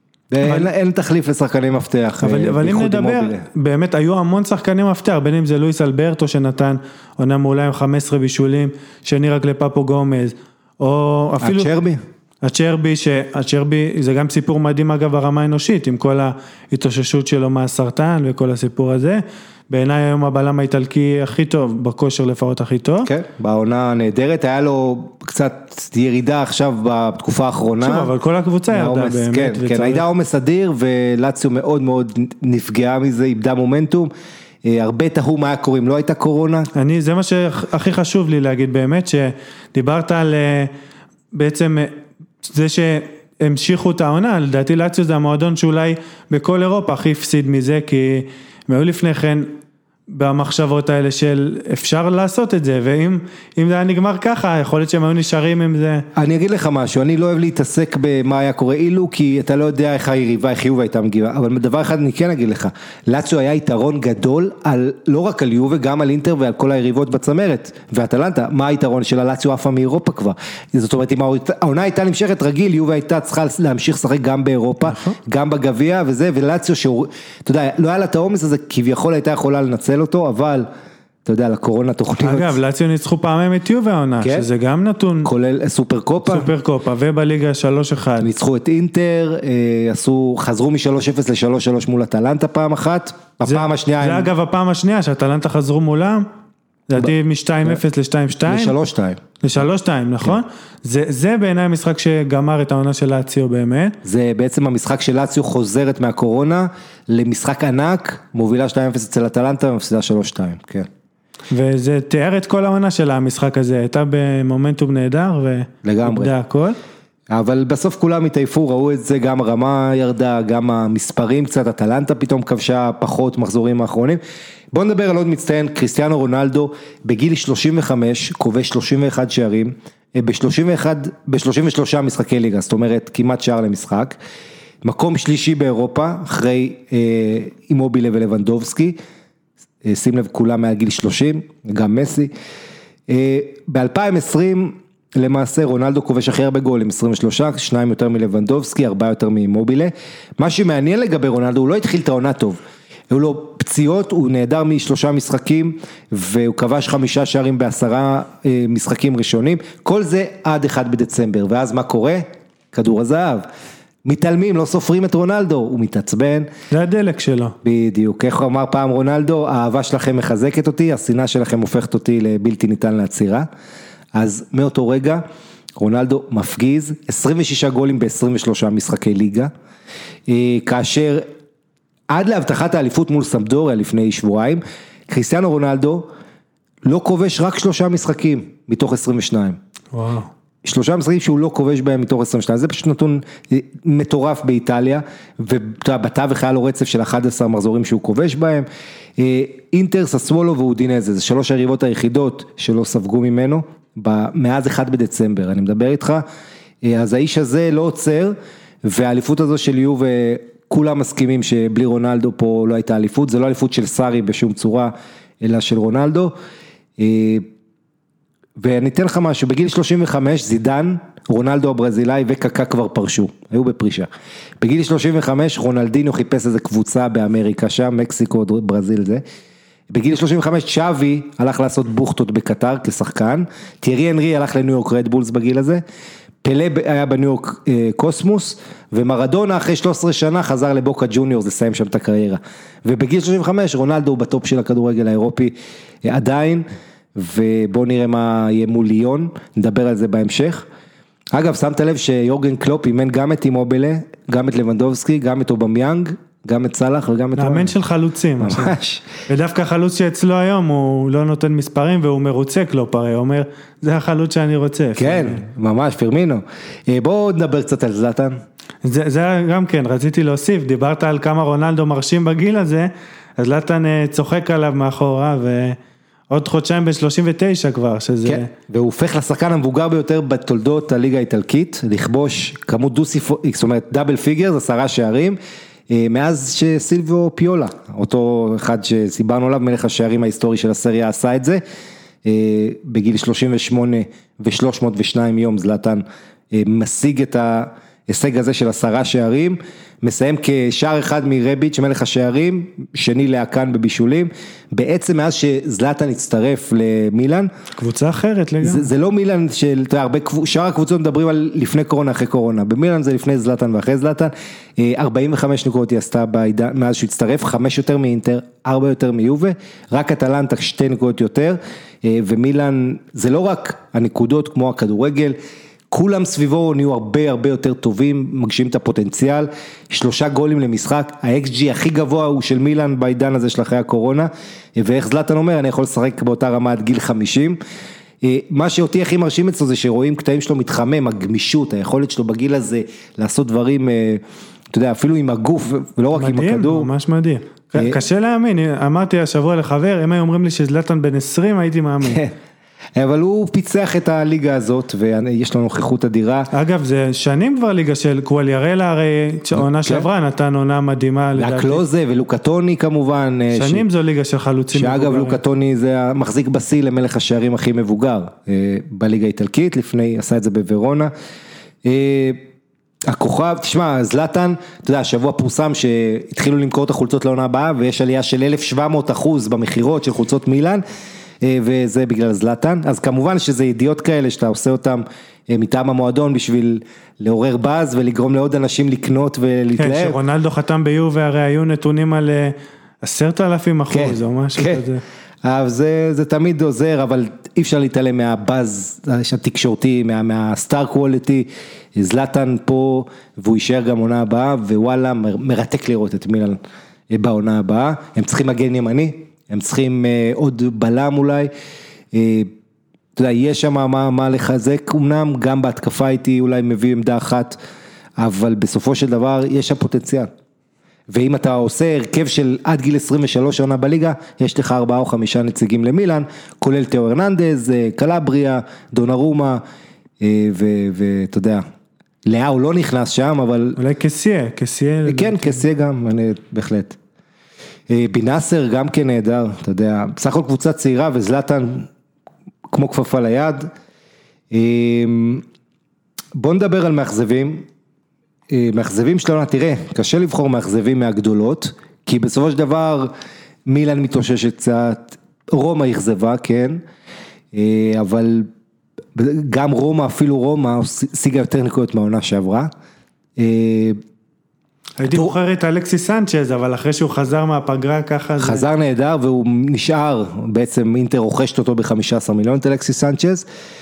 אין תחליף לשחקני מפתח. אבל אם נדבר, באמת היו המון שחקני מפתח, בין אם זה לואיס אלברטו שנתן עונה מעולה עם חמש עשרה בישולים, שני רק לפאפו גומז, או אפילו... הצ'רבי? הצ'רבי, שהצ'רבי זה גם סיפור מדהים אגב ברמה האנושית, עם כל ההתאוששות שלו מהסרטן וכל הסיפור הזה, בעיניי היום הבלם האיטלקי הכי טוב, בכושר לפחות הכי טוב. כן, בעונה נהדרת, היה לו קצת ירידה עכשיו בתקופה האחרונה. שוב, אבל כל הקבוצה ירדה באמת. כן, כן, הייתה עומס אדיר, ולאציו מאוד מאוד נפגעה מזה, איבדה מומנטום, הרבה תהו מה היה קוראים, לא הייתה קורונה. אני, זה מה שהכי חשוב לי להגיד באמת, שדיברת על בעצם זה שהמשיכו את העונה, לדעתי לאציו זה המועדון שאולי בכל אירופה הכי הפסיד מזה, כי הם היו לפני כן במחשבות האלה של אפשר לעשות את זה, ואם אם זה היה נגמר ככה, יכול להיות שהם היו נשארים עם זה. אני אגיד לך משהו, אני לא אוהב להתעסק במה היה קורה אילו, כי אתה לא יודע איך היריבה, איך יובה הייתה מגיבה, אבל דבר אחד אני כן אגיד לך, לאציו היה יתרון גדול, על, לא רק על יובה, גם על אינטר ועל כל היריבות בצמרת, ואטלנטה, מה היתרון של לאציו עפה מאירופה כבר? זאת אומרת, אם העונה הייתה נמשכת רגיל, יובה הייתה צריכה להמשיך לשחק גם באירופה, גם בגביע וזה, ולאציו שהוא, אתה יודע, לא היה לה את העומס הזה, כביכול הייתה יכולה לנצל אותו, אבל, אתה יודע, לקורונה תוכניות. אגב, לאציו ניצחו פעמיים את יובה העונה, כן? שזה גם נתון. כולל סופר קופה. סופר קופה, ובליגה שלוש אחד. ניצחו את אינטר, עשו, חזרו מ-שלוש אפס ל-שלוש שלוש מול אטלנטה פעם אחת, בפעם השנייה. זה הם... אגב הפעם השנייה, שאטלנטה חזרו מולם, לדעתי מ-שתיים אפס ל-שתיים שתיים. ל-שלוש שתיים. ל-שלוש שתיים, נכון? זה, זה בעיניי המשחק שגמר את העונה של לאציו באמת. זה בעצם המשחק של לאציו חוזרת מהקורונה, למשחק ענק, מובילה שתיים אפס אצל אטלנטה, ומפסידה שלוש שתיים, כן. וזה תיאר את כל העונה של המשחק הזה, הייתה במומנטום נהדר, ועובדה הכל. אבל בסוף כולם התעייפו, ראו את זה, גם הרמה ירדה, גם המספרים קצת, אטלנטה פתאום כבשה פחות מחזורים האחרונים. בואו נדבר על עוד מצטיין, קריסטיאנו רונלדו, בגיל שלושים וחמש, כובש שלושים ואחד שערים, ב-שלושים ואחד, ב-שלושים ושלושה משחקי ליגה, זאת אומרת כמעט שער למשחק, מקום שלישי באירופה, אחרי אה, אימובילה ולוונדובסקי, אה, שים לב כולם מעל גיל שלושים, גם מסי, אה, ב-אלפיים ועשרים, למעשה רונלדו כובש הכי הרבה גולים, עשרים ושלושה, שניים יותר מלוונדובסקי, ארבעה יותר מאימובילה, מה שמעניין לגבי רונלדו, הוא לא התחיל את העונה טוב, היו לו פציעות, הוא נהדר משלושה משחקים, והוא כבש חמישה שערים בעשרה משחקים ראשונים, כל זה עד אחד בדצמבר, ואז מה קורה? כדור הזהב, מתעלמים, לא סופרים את רונלדו, הוא מתעצבן. זה הדלק שלו. בדיוק, איך הוא אמר פעם רונלדו, האהבה שלכם מחזקת אותי, השנאה שלכם הופכת אותי לבלתי ניתן לעצירה, אז מאותו רגע, רונלדו מפגיז, עשרים ושישה גולים ב-עשרים ושלושה משחקי ליגה, כאשר עד להבטחת האליפות מול סמפדוריה לפני שבועיים, קריסטיאנו רונלדו לא כובש רק שלושה משחקים מתוך עשרים ושניים. וואו. שלושה משחקים שהוא לא כובש בהם מתוך עשרים ושתיים, זה פשוט נתון מטורף באיטליה, ובתווך היה לו רצף של אחד עשר מחזורים שהוא כובש בהם, אינטר, ססוולו ואודינזה, זה שלוש הריבות היחידות שלא ספגו ממנו, מאז אחד בדצמבר, אני מדבר איתך, אז האיש הזה לא עוצר, והאליפות הזו של יו וכולם מסכימים שבלי רונלדו פה לא הייתה אליפות, זה לא אליפות של סארי בשום צורה, אלא של רונלדו, ואני אתן לך משהו, בגיל שלושים וחמש זידן, רונלדו הברזילאי וקקה כבר פרשו, היו בפרישה. בגיל שלושים וחמש רונלדינו חיפש איזה קבוצה באמריקה שם, מקסיקו, ברזיל זה. בגיל שלושים וחמש צ'אבי הלך לעשות בוכטות בקטר כשחקן, טיירי אנרי הלך לניו יורק רד בולס בגיל הזה, פלה היה בניו יורק קוסמוס, ומרדונה אחרי שלוש עשרה שנה חזר לבוקה ג'וניורס לסיים שם את הקריירה. ובגיל שלושים וחמש רונלדו הוא בטופ של הכדורגל האירופי עדיין, ובואו נראה מה יהיה מול ליון, נדבר על זה בהמשך. אגב, שמת לב שיורגן קלופ אימן גם את אימובלה, גם את לבנדובסקי, גם את אובמיאנג, גם את סלאח וגם את... מאמן של חלוצים. ממש. ודווקא חלוץ שאצלו היום הוא לא נותן מספרים והוא מרוצה קלופ הרי, הוא אומר, זה החלוץ שאני רוצה. כן, ממש, פרמינו. בואו נדבר קצת על זלאטן. זה, זה גם כן, רציתי להוסיף, דיברת על כמה רונלדו מרשים בגיל הזה, אז זלאטן צוחק עליו מאחורה ו... עוד חודשיים ב-שלושים ותשע כבר, שזה... כן, והוא הופך לשחקן המבוגר ביותר בתולדות הליגה האיטלקית, לכבוש כמות דו-ספרית, זאת אומרת דאבל פיגר, עשרה שערים, מאז שסילביו פיולה, אותו אחד שסיברנו עליו, מלך השערים ההיסטורי של הסריה עשה את זה, בגיל שלושים ושמונה ו-שלוש מאות ושתיים יום זלאטן משיג את ההישג הזה של עשרה שערים, מסיים כשער אחד מרביץ' מלך השערים, שני להקן בבישולים, בעצם מאז שזלאטן הצטרף למילאן. קבוצה אחרת לגמרי. זה, זה לא מילאן של, אתה יודע, הרבה, שאר הקבוצות מדברים על לפני קורונה, אחרי קורונה, במילאן זה לפני זלאטן ואחרי זלאטן, ארבעים וחמש נקודות היא עשתה בעידן, מאז שהוא הצטרף, חמש יותר מאינטר, ארבע יותר מיובה, רק אטלנטה שתי נקודות יותר, ומילאן, זה לא רק הנקודות כמו הכדורגל, כולם סביבו נהיו הרבה הרבה יותר טובים, מגשים את הפוטנציאל, שלושה גולים למשחק, ה-אקס ג'י הכי גבוה הוא של מילאן בעידן הזה של אחרי הקורונה, ואיך זלאטן אומר, אני יכול לשחק באותה רמה עד גיל חמישים, מה שאותי הכי מרשים אצלו זה שרואים קטעים שלו מתחמם, הגמישות, היכולת שלו בגיל הזה לעשות דברים, אתה יודע, אפילו עם הגוף ולא רק עם הכדור. מדהים, ממש מדהים. קשה להאמין, אמרתי השבוע לחבר, אם היו אומרים לי שזלאטן בן עשרים הייתי מאמין. אבל הוא פיצח את הליגה הזאת, ויש לו נוכחות אדירה. אגב, זה שנים כבר ליגה של קואליארלה, הרי עונה שעברה נתן עונה מדהימה. לקלוזה ולוקטוני כמובן. שנים זו ליגה של חלוצים. שאגב, לוקטוני זה המחזיק בשיא למלך השערים הכי מבוגר, בליגה האיטלקית, לפני, עשה את זה בוורונה. הכוכב, תשמע, זלאטן, אתה יודע, השבוע פורסם שהתחילו למכור את החולצות לעונה הבאה, ויש עלייה של אלף ושבע מאות אחוז במחירות של חולצות מילאן, וזה בגלל זלאטן, אז כמובן שזה ידיעות כאלה שאתה עושה אותם מטעם המועדון בשביל לעורר באז ולגרום לעוד אנשים לקנות ולהתלהב. כן, שרונלדו חתם ביו והרי היו נתונים על עשרת אלפים אחוז או משהו כזה. אז זה, זה תמיד עוזר, אבל אי אפשר להתעלם מהבאז התקשורתי, מה, מהסטאר קואליטי, זלאטן פה, והוא יישאר גם עונה הבאה, ווואלה, מרתק לראות את מילאן בעונה הבאה, הם צריכים מגן ימני, הם צריכים עוד בלם אולי, אתה יודע, יש שם מה, מה לחזק, אמנם גם בהתקפה הייתי אולי מביא עמדה אחת, אבל בסופו של דבר יש שם פוטנציאל. ואם אתה עושה הרכב של עד גיל עשרים ושלוש עונה בליגה, יש לך ארבעה או חמישה נציגים למילאן, כולל תאו הרננדז, קלבריה, דונרומה, ואתה יודע, לאו לא נכנס שם, אבל... אולי קסיה, קסיה... כן, קסיה גם, אני בהחלט. בינאסר גם כן נהדר, אתה יודע, בסך הכל קבוצה צעירה וזלאטן כמו כפפה ליד. בוא נדבר על מאכזבים. מאכזבים שלנו, תראה, קשה לבחור מאכזבים מהגדולות, כי בסופו של דבר מילאן מתאוששת קצת, רומא אכזבה, כן, אבל גם רומא, אפילו רומא, השיגה יותר נקודות מהעונה שעברה. הייתי בוחר את אלכסי סנצ'ז, אבל אחרי שהוא חזר מהפגרה ככה... חזר נהדר, והוא נשאר, בעצם אינטר רוכשת אותו ב-חמישה עשר מיליון, את אלכסי סנצ'ז.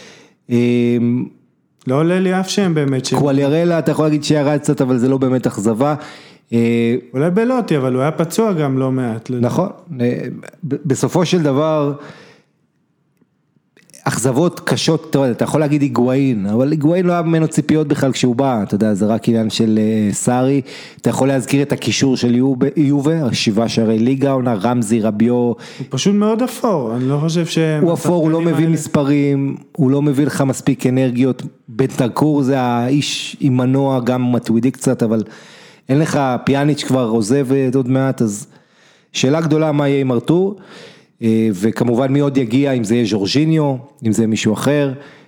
לא עולה לי אף שם באמת. קואליארלה, אתה יכול להגיד שירד קצת, אבל זה לא באמת אכזבה. אולי בלוטי, אבל הוא היה פצוע גם לא מעט. נכון. בסופו של דבר, אכזבות קשות, אתה, אתה יכול להגיד היגואין, אבל היגואין לא היה ממנו ציפיות בכלל כשהוא בא, אתה יודע, זה רק עניין של uh, סארי, אתה יכול להזכיר את הקישור של יובה, יובה השבעה שערי ליגה, עונה רמזי, רביו. הוא פשוט מאוד אפור, אני לא חושב ש... הוא אפור, הוא לא מביא האלה... מספרים, הוא לא מביא לך מספיק אנרגיות, בנטנקור זה האיש עם מנוע, גם מטווידי קצת, אבל אין לך, פיאניץ' כבר עוזב עוד מעט, אז שאלה גדולה מה יהיה עם ארתור, וכמובן מי עוד יגיע, אם זה יהיה ז'ורג'יניו, אם זה מישהו אחר,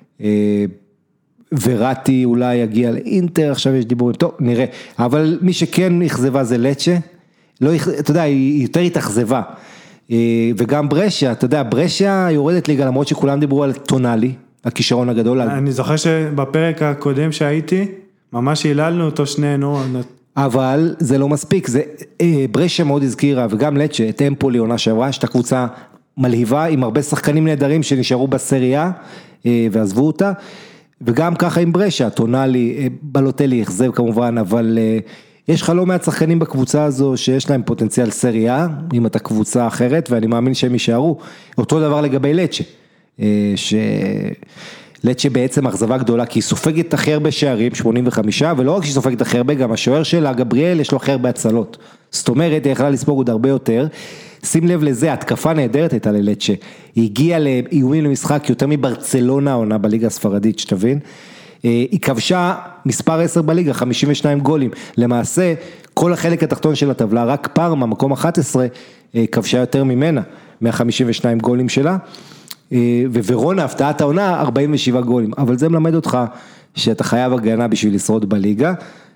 וראטי אולי יגיע לאינטר, עכשיו יש דיבורים, טוב, נראה, אבל מי שכן אכזבה זה לצ'ה, לא, אתה יודע, היא יותר התאכזבה, וגם ברשיה, אתה יודע, ברשיה יורדת ליגה, למרות שכולם דיברו על טונאלי, הכישרון הגדול. אני זוכר שבפרק הקודם שהייתי, ממש היללנו אותו שנינו, אבל זה לא מספיק, זה ברשיה מאוד הזכירה, וגם לצ'ה, את אמפולי עונה שעברה, שאת הקבוצה מלהיבה, עם הרבה שחקנים נהדרים שנשארו בסריה, ועזבו אותה, וגם ככה עם ברשיה, טונאלי, בלוטלי, יחזב כמובן, אבל יש לך לא מעט שחקנים בקבוצה הזו, שיש להם פוטנציאל סריה, אם אתה קבוצה אחרת, ואני מאמין שהם יישארו, אותו דבר לגבי לצ'ה, ש... לצ'ה בעצם אכזבה גדולה, כי היא סופגת הכי הרבה שערים, שמונים וחמישה, ולא רק שהיא סופגת הכי הרבה, גם השוער שלה, גבריאל, יש לו הכי הרבה הצלות. זאת אומרת, היא יכלה לספוג עוד הרבה יותר. שים לב לזה, התקפה נהדרת הייתה ללצ'ה. היא הגיעה לאיומים למשחק יותר מברצלונה עונה בליגה הספרדית, שתבין. היא כבשה מספר עשר בליגה, חמישים ושניים גולים. למעשה, כל החלק התחתון של הטבלה, רק פארמה, מקום אחת עשרה, כבשה יותר ממנה, מה-חמישים ושניים גולים שלה. וורונה, הפתעת העונה, ארבעים ושבעה גולים, אבל זה מלמד אותך שאתה חייב הגנה בשביל לשרוד בליגה,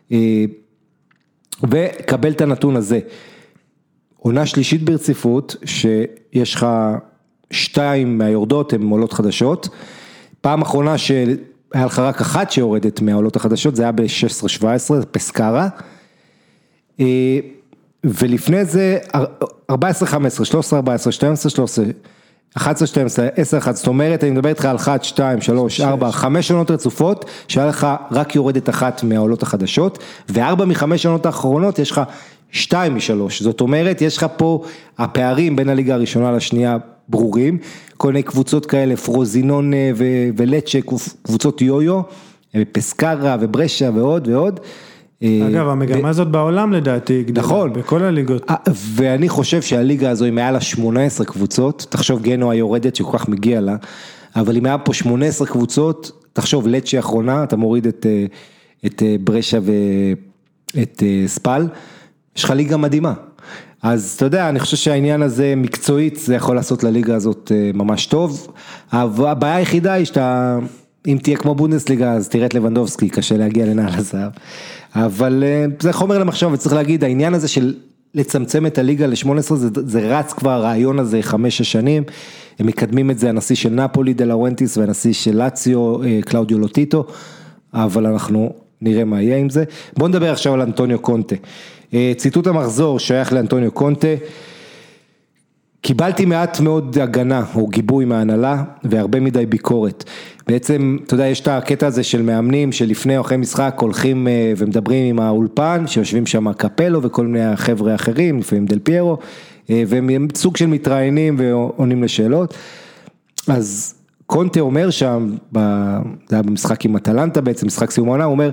וקבל את הנתון הזה, עונה שלישית ברציפות, שיש לך שתיים מהיורדות, הן עולות חדשות, פעם אחרונה שהיה לך רק אחת שיורדת מהעולות החדשות, זה היה ב-שש עשרה שבע עשרה, פסקרה, ולפני זה, ארבע עשרה חמש עשרה, שלוש עשרה ארבע עשרה, שתים עשרה שלוש עשרה, אחת עשרה שתים עשרה, עשר אחת, זאת אומרת, אני מדבר איתך על אחת, שתיים, שלוש, ארבע, חמש עונות רצופות, שהיה לך רק יורדת אחת מהעולות החדשות, וארבע מחמש עונות האחרונות, יש לך שתיים משלוש, זאת אומרת, יש לך פה הפערים בין הליגה הראשונה לשנייה ברורים, כל מיני קבוצות כאלה, פרוזינון ולצ'ה, קבוצות יו-יו, פסקרה וברשיה ועוד ועוד, אגב, המגמה הזאת בעולם לדעתי, נכון, בכל הליגות. ואני חושב שהליגה הזו, אם היה לה שמונה עשרה קבוצות, תחשוב גנוע יורדת שכל כך מגיע לה, אבל אם היה פה שמונה עשרה קבוצות, תחשוב לצ'ה האחרונה, אתה מוריד את, את ברשיה ואת ספל, יש לך ליגה מדהימה. אז אתה יודע, אני חושב שהעניין הזה מקצועית, זה יכול לעשות לליגה הזאת ממש טוב, הבעיה היחידה היא שאתה, אם תהיה כמו בונדסליגה, אז תראה את לבנדובסקי, קשה להגיע לנעל הזהב. אבל זה חומר למחשב, וצריך להגיד, העניין הזה של לצמצם את הליגה ל-שמונה עשרה, זה, זה רץ כבר, הרעיון הזה חמש שנים, הם מקדמים את זה, הנשיא של נפולי, דה לאורנטיס, והנשיא של לאציו, קלאודיו לוטיטו, אבל אנחנו נראה מה יהיה עם זה. בואו נדבר עכשיו על אנטוניו קונטה. ציטוט המחזור שייך לאנטוניו קונטה, קיבלתי מעט מאוד הגנה או גיבוי מההנהלה והרבה מדי ביקורת. בעצם, אתה יודע, יש את הקטע הזה של מאמנים שלפני או אחרי משחק הולכים ומדברים עם האולפן, שיושבים שם קפלו וכל מיני החבר'ה האחרים, לפעמים דל פיירו, והם סוג של מתראיינים ועונים לשאלות. אז קונטה אומר שם, זה היה במשחק עם אטלנטה בעצם, משחק סיום העונה, הוא אומר,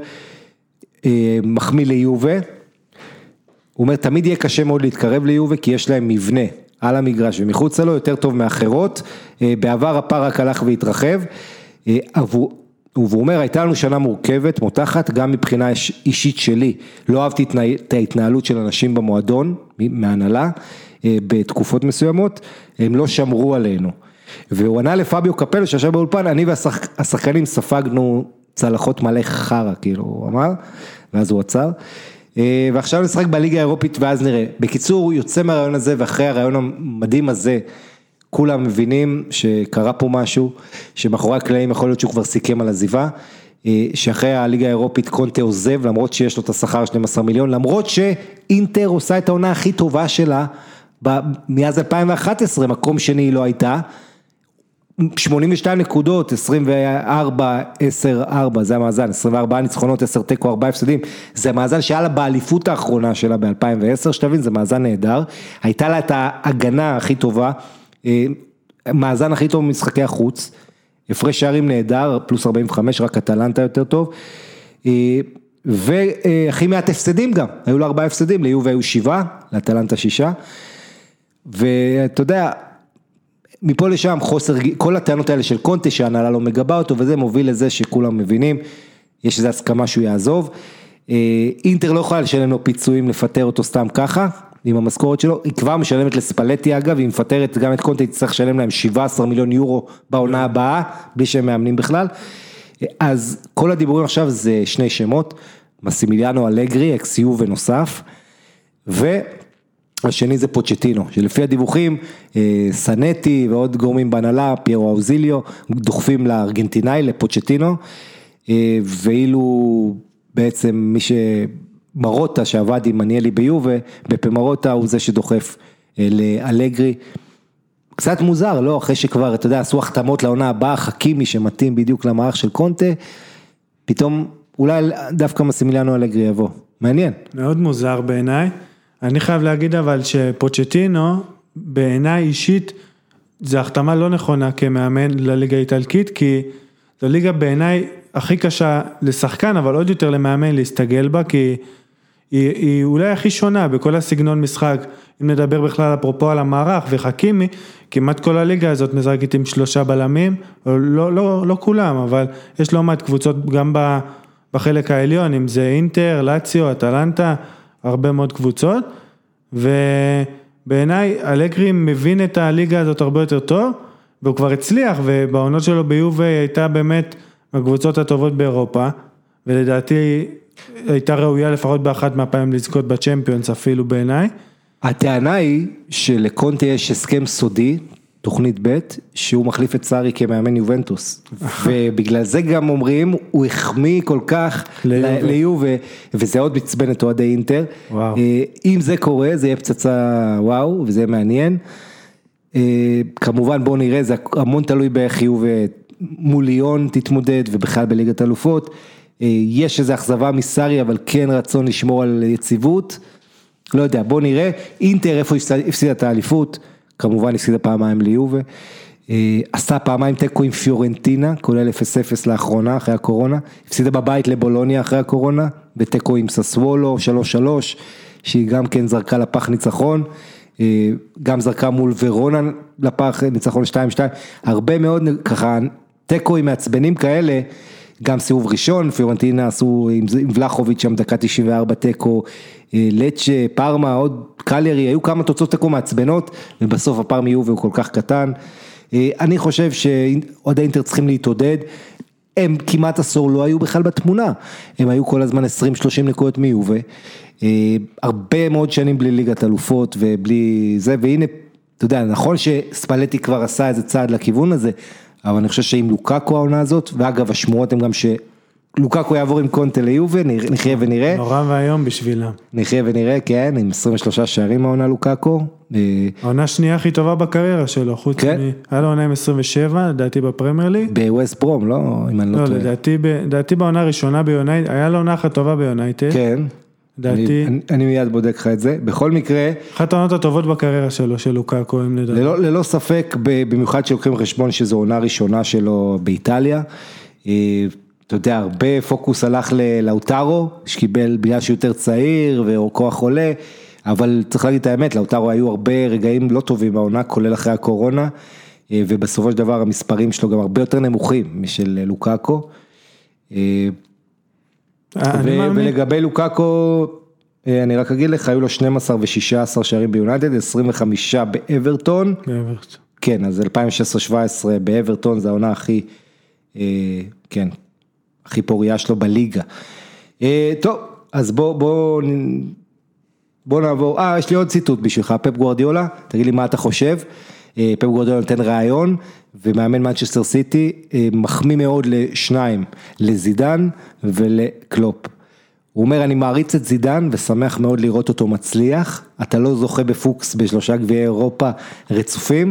מחמיא ליובה, הוא אומר, תמיד יהיה קשה מאוד להתקרב ליובה, כי יש להם מבנה על המגרש ומחוץ לו, יותר טוב מאחרות, בעבר הפער רק הלך והתרחב, והוא אומר, הייתה לנו שנה מורכבת, מותחת, גם מבחינה אישית שלי, לא אהבתי את ההתנהלות של אנשים במועדון, מהנהלה, בתקופות מסוימות, הם לא שמרו עלינו, והוא ענה לפביו קפלו, שישב באולפן, אני והשחקנים ספגנו צלחות מלא חרה, כאילו, הוא אמר, ואז הוא עצר, ועכשיו נשחק בליגה האירופית, ואז נראה. בקיצור, הוא יוצא מהרעיון הזה, ואחרי הרעיון המדהים הזה, כולם מבינים שקרה פה משהו, שמאחורי הקלעים יכול להיות שהוא כבר סיכם על עזיבה, שאחרי הליגה האירופית קונטה עוזב, למרות שיש לו את השכר שנים עשר מיליון, למרות שאינטר עושה את העונה הכי טובה שלה, מאז אלפיים ואחת עשרה, מקום שני היא לא הייתה, שמונים ושתיים נקודות, עשרים וארבע, עשר, ארבע, זה המאזן, עשרים וארבע ניצחונות, עשר תיקו, ארבע הפסדים, זה המאזן שהיה לה באליפות האחרונה שלה ב-אלפיים ועשר, שתבין, זה מאזן נהדר, הייתה לה את ההגנה הכי טובה, מאזן הכי טוב במשחקי החוץ, הפרש שערים נהדר, פלוס ארבעים וחמש, רק אטלנטה יותר טוב, והכי מעט הפסדים גם, היו לו ארבעה הפסדים, ליובה היו שבעה, לאטלנטה שישה, ואתה יודע, מפה לשם חוסר, כל הטענות האלה של קונטה, שהנהלה לא מגבה אותו, וזה מוביל לזה שכולם מבינים, יש איזו הסכמה שהוא יעזוב, אינטר לא יכולה לשלם לו פיצויים, לפטר אותו סתם ככה, עם המשכורת שלו, היא כבר משלמת לספלטי אגב, היא מפטרת גם את קונטה, היא צריך לשלם להם שבעה עשר מיליון יורו בעונה הבאה, בלי שהם מאמנים בכלל, אז כל הדיבורים עכשיו זה שני שמות, מסימיליאנו אלגרי, אקס יובה ונוסף, והשני זה פוצ'טינו, שלפי הדיווחים, סנטי ועוד גורמים בהנהלה, פיירו אוזיליו, דוחפים לארגנטינאי, לפוצ'טינו, ואילו בעצם מי שמרוטה שעבד עם מניאלי ביובה, בפמרוטה הוא זה שדוחף לאלגרי, קצת מוזר, לא? אחרי שכבר, אתה יודע, עשו החתמות לעונה הבאה, חכימי שמתאים בדיוק למערך של קונטה, פתאום אולי דווקא מסימיליאנו אלגרי יבוא. מעניין. מאוד מוזר בעיניי. אני חייב להגיד אבל שפוצ'טינו, בעיניי אישית, זו החתמה לא נכונה כמאמן לליגה האיטלקית, כי זו ליגה בעיניי הכי קשה לשחקן, אבל עוד יותר למאמן להסתגל בה, כי היא, היא אולי הכי שונה בכל הסגנון משחק, אם נדבר בכלל אפרופו על המערך וחכימי, כמעט כל הליגה הזאת משחקת עם שלושה בלמים, לא, לא, לא כולם, אבל יש לא מעט קבוצות גם בחלק העליון, אם זה אינטר, לאציו, אטלנטה, הרבה מאוד קבוצות, ובעיניי אלגרי מבין את הליגה הזאת הרבה יותר טוב, והוא כבר הצליח, ובעונות שלו ביובה הייתה באמת הקבוצות הטובות באירופה, ולדעתי הייתה ראויה לפחות באחת מהפעמים לזכות בצ'מפיונס אפילו בעיניי. הטענה היא שלקונטה יש הסכם סודי, תוכנית ב', שהוא מחליף את סארי כמאמן יובנטוס, ובגלל זה גם אומרים, הוא החמיא כל כך ליובה, וזה עוד מצבן את אוהדי אינטר, אם זה קורה, זה יהיה פצצה וואו, וזה יהיה מעניין, כמובן בואו נראה, זה המון תלוי באיך יובה מול ליון תתמודד, ובכלל בליגת אלופות, יש איזו אכזבה מסארי, אבל כן רצון לשמור על יציבות, לא יודע, בוא נראה, אינטר איפה הפסידה את האליפות, כמובן הפסידה פעמיים ליובה, עשתה פעמיים תיקו עם פיורנטינה, כולל אפס אפס לאחרונה, אחרי הקורונה, הפסידה בבית לבולוניה אחרי הקורונה, בתיקו עם ססוולו, שלוש שלוש, שהיא גם כן זרקה לפח ניצחון, גם זרקה מול ורונה לפח ניצחון שתיים שתיים, הרבה מאוד ככה, תיקו עם מעצבנים כאלה, גם סיבוב ראשון, פיורנטינה עשו עם, עם ולחוביץ' שם דקה תשעים וארבע תיקו, לצ'ה, פארמה, עוד קליירי, היו כמה תוצאות תיקו מעצבנות, ובסוף הפארמה יובה הוא כל כך קטן. אני חושב שעוד האינטר צריכים להתעודד, הם כמעט עשור לא היו בכלל בתמונה, הם היו כל הזמן עשרים שלושים נקודות מיובה, הרבה מאוד שנים בלי ליגת אלופות ובלי זה, והנה, אתה יודע, נכון שספלטי כבר עשה איזה צעד לכיוון הזה, אבל אני חושב שעם לוקאקו העונה הזאת, ואגב השמועות הן גם שלוקאקו יעבור עם קונטה ליובה, נחיה ונראה. נורא והיום בשבילה. נחיה ונראה, כן, עם עשרים ושלושה שערים העונה לוקאקו. העונה שנייה הכי טובה בקריירה שלו, חוץ מ... היה לו עונה עם עשרים ושבע, לדעתי בפרמייר ליג. בווסט ברום, לא? אם אני לא טועה. לא, לדעתי בעונה הראשונה ביונייטד, היה לו עונה אחת טובה ביונייטד. כן. דעתי, אני, אני מיד בודק לך את זה, בכל מקרה, אחת העונות הטובות בקריירה שלו, של לוקאקו, אם נדע. ללא, ללא ספק, במיוחד שלוקחים חשבון שזו עונה ראשונה שלו באיטליה, אתה יודע, הרבה פוקוס הלך ללאוטרו, שקיבל בגלל שיותר צעיר ואורכו החולה, אבל צריך להגיד את האמת, לאוטרו היו הרבה רגעים לא טובים בעונה, כולל אחרי הקורונה, ובסופו של דבר המספרים שלו גם הרבה יותר נמוכים משל לוקאקו, ולגבי לוקאקו, אני רק אגיד לך, היו לו שנים עשר ו-שישה עשר שערים ביונייטד, עשרים וחמישה באברטון, כן, אז אלפיים ושש עשרה שבע עשרה באברטון, זה העונה הכי, כן, הכי פוריה שלו בליגה. טוב, אז בוא, בוא, בוא נעבור, אה, יש לי עוד ציטוט בשבילך, פפ גוארדיולה, תגיד לי מה אתה חושב, פפ גוארדיולה נותן רעיון, ומאמן מנצ'סטר סיטי, מחמיא מאוד לשניים, לזידן ולקלופ. הוא אומר, אני מעריץ את זידן, ושמח מאוד לראות אותו מצליח, אתה לא זוכה בפוקס בשלושה גביעי אירופה רצופים,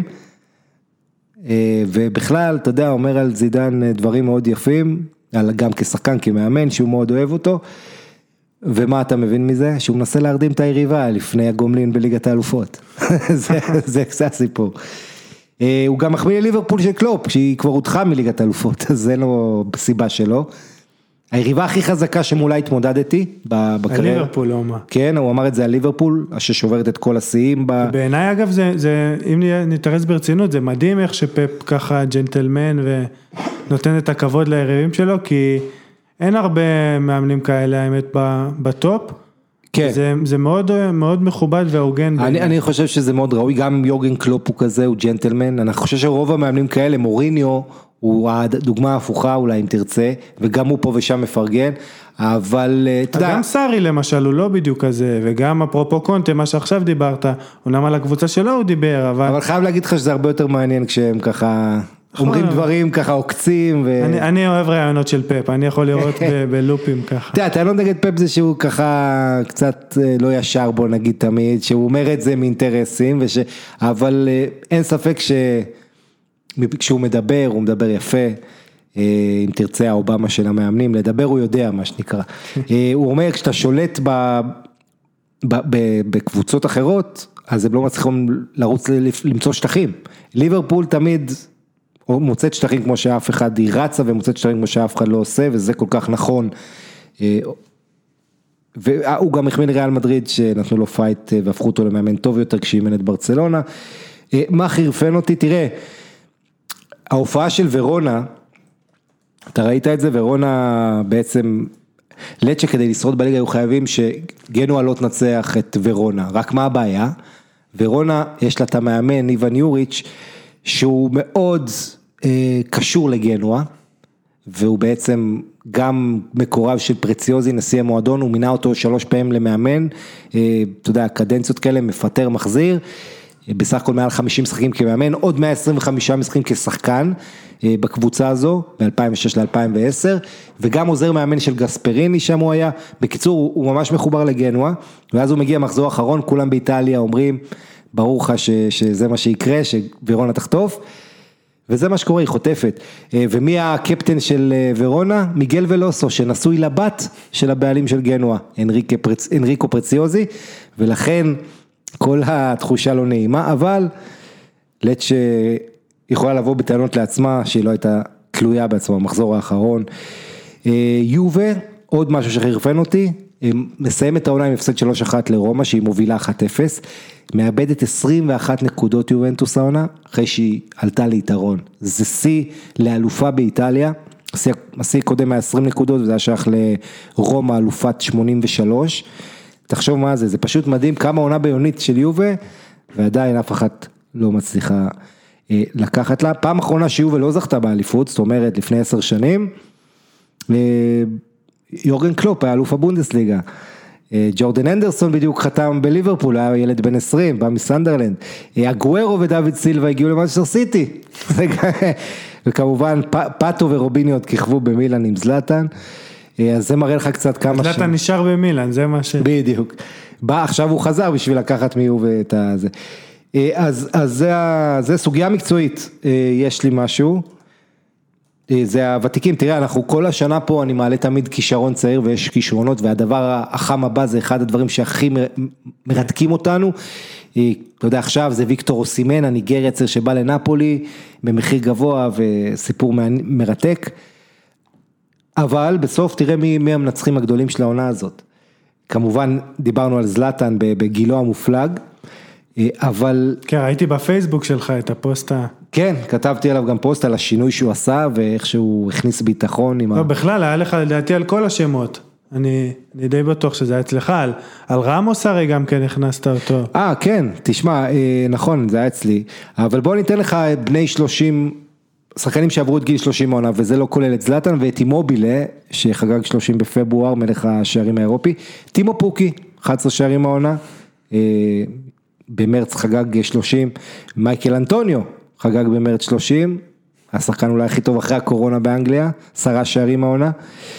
ובכלל, אתה יודע, אומר על זידן דברים מאוד יפים, גם כשחקן, כמאמן, שהוא מאוד אוהב אותו, ומה אתה מבין מזה? שהוא מנסה להרדים את היריבה לפני הגומלין בליגת האלופות. זה, זה, זה הסיפור. הוא גם מחמיא לליברפול של קלופ, שהיא כבר הודחה מליגת אלופות, אז זה לא סיבה שלו. היריבה הכי חזקה שמולה התמודדתי בקריירה. הליברפול, לא מה. כן, הוא אמר את זה על ליברפול, ששוברת את כל השיאים. בעיניי אגב, זה, זה, אם נתרס ברצינות, זה מדהים איך שפפ ככה ג'נטלמן ונותן את הכבוד ליריבים שלו, כי אין הרבה מאמנים כאלה, האמת, בטופ. כן. זה, זה מאוד, מאוד מכובד והוגן. אני, אני חושב שזה מאוד ראוי, גם יורגן קלופ הוא כזה, הוא ג'נטלמן, אני חושב שרוב המאמנים כאלה, מוריניו, הוא הדוגמה ההפוכה אולי אם תרצה, וגם הוא פה ושם מפרגן, אבל אתה יודע... גם סארי למשל הוא לא בדיוק כזה, וגם אפרופו קונטה, מה שעכשיו דיברת, אומנם על הקבוצה שלו הוא דיבר, אבל... אבל חייב להגיד לך שזה הרבה יותר מעניין כשהם ככה... אומרים דברים ככה עוקצים ו... אני, אני אוהב רעיונות של פפ, אני יכול לראות בלופים ככה. אתה יודע, אתה לא נגד פפ זה שהוא ככה קצת לא ישר בו נגיד תמיד, שהוא אומר את זה מאינטרסים, וש... אבל אין ספק ש... כשהוא מדבר, הוא מדבר יפה, אם תרצה האובמה של המאמנים, לדבר הוא יודע מה שנקרא. הוא אומר, כשאתה שולט ב... ב... ב... בקבוצות אחרות, אז הם לא מצליחים לרוץ למצוא שטחים. ליברפול תמיד... או מוצאת שטחים כמו שאף אחד היא רצה, ומוצאת שטחים כמו שאף אחד לא עושה, וזה כל כך נכון. והוא גם החמיא לריאל מדריד, שנתנו לו פייט, והפכו אותו למאמן טוב יותר, כשאימן את ברצלונה. מה חירפן אותי? תראה, ההופעה של ורונה, אתה ראית את זה? ורונה בעצם, לצ'ה כדי לשרוד בליגה, היו חייבים שגנואה לא תנצח את ורונה. רק מה הבעיה? ורונה, יש לה את המאמן, איוון יוריץ', שהוא מאוד אה, קשור לגנואה, והוא בעצם גם מקורב של פרציוזי, נשיא המועדון, הוא מינה אותו שלוש פעמים למאמן, אה, אתה יודע, קדנציות כאלה, מפטר, מחזיר, אה, בסך הכל מעל חמישים משחקים כמאמן, עוד מאה עשרים וחמישה משחקים כשחקן, אה, בקבוצה הזו, ב-אלפיים ושש ל-אלפיים ועשר, וגם עוזר מאמן של גספריני, שם הוא היה, בקיצור, הוא, הוא ממש מחובר לגנואה, ואז הוא מגיע מחזור אחרון, כולם באיטליה אומרים, ברור לך ש, שזה מה שיקרה, שווירונה תחטוף, וזה מה שקורה, היא חוטפת. ומי הקפטן של וירונה? מיגל ולוסו, שנשוי לבת של הבעלים של גנואה, פרצ... אנריקו פרציוזי, ולכן כל התחושה לא נעימה, אבל לצ'ה יכולה לבוא בטענות לעצמה, שהיא לא הייתה תלויה בעצמה, המחזור האחרון. יובה, עוד משהו שחרפן אותי, מסיים את העונה עם הפסד שלוש אחת לרומא, שהיא מובילה אחת אפס, מאבדת עשרים ואחת נקודות יובנטוס העונה, אחרי שהיא עלתה ליתרון. זה שיא לאלופה באיטליה, השיא קודם מה-עשרים נקודות, וזה היה שייך לרומא, אלופת שמונים ושלוש. תחשוב מה זה, זה פשוט מדהים כמה עונה ביונית של יובה, ועדיין אף אחת לא מצליחה אה, לקחת לה. פעם אחרונה שיובה לא זכתה באליפות, זאת אומרת לפני עשר שנים, אה, יורגן קלופ היה אלוף הבונדסליגה, ג'ורדן אנדרסון בדיוק חתם בליברפול, היה ילד בן עשרים, בא מסנדרלנד, אגוארו ודוד סילבה הגיעו למנצ'סטר סיטי, וכמובן פאטו ורוביניו עוד כיכבו במילאן עם זלאטן, אז זה מראה לך קצת כמה... זלאטן נשאר במילאן, זה מה ש... בדיוק, בא, עכשיו הוא חזר בשביל לקחת מיהו ואת הזה, אז, אז זה, זה סוגיה מקצועית, יש לי משהו, זה הוותיקים, תראה, אנחנו כל השנה פה, אני מעלה תמיד כישרון צעיר ויש כישרונות, והדבר החם הבא זה אחד הדברים שהכי מרתקים אותנו, אתה יודע, עכשיו זה ויקטור אוסימן, הניגרי הצעיר שבא לנפולי, במחיר גבוה וסיפור מרתק, אבל בסוף תראה מי, מי המנצחים הגדולים של העונה הזאת, כמובן דיברנו על זלאטן בגילו המופלג, אבל... כן, ראיתי בפייסבוק שלך את הפוסטה. כן, כתבתי עליו גם פוסט על השינוי שהוא עשה, ואיך שהוא הכניס ביטחון עם לא, ה... בכלל, היה לך לדעתי על כל השמות. אני, אני די בטוח שזה היה אצלך, על, על רמוס הרי גם כן הכנסת אותו. אה, כן, תשמע, אה, נכון, זה היה אצלי, אבל בוא ניתן לך בני שלושים, שחקנים שעברו את גיל שלושים עונה, וזה לא כולל את זלאטן, ואת אימובילה, שחגג שלושים בפברואר, מלך השערים האירופי, טימו פוקי, אחד עשר שערים העונה, אה, במרץ חגג שלושים, מייקל אנטוניו חגג במרץ שלושים, השחקן אולי הכי טוב אחרי הקורונה באנגליה, עשרה שערים העונה,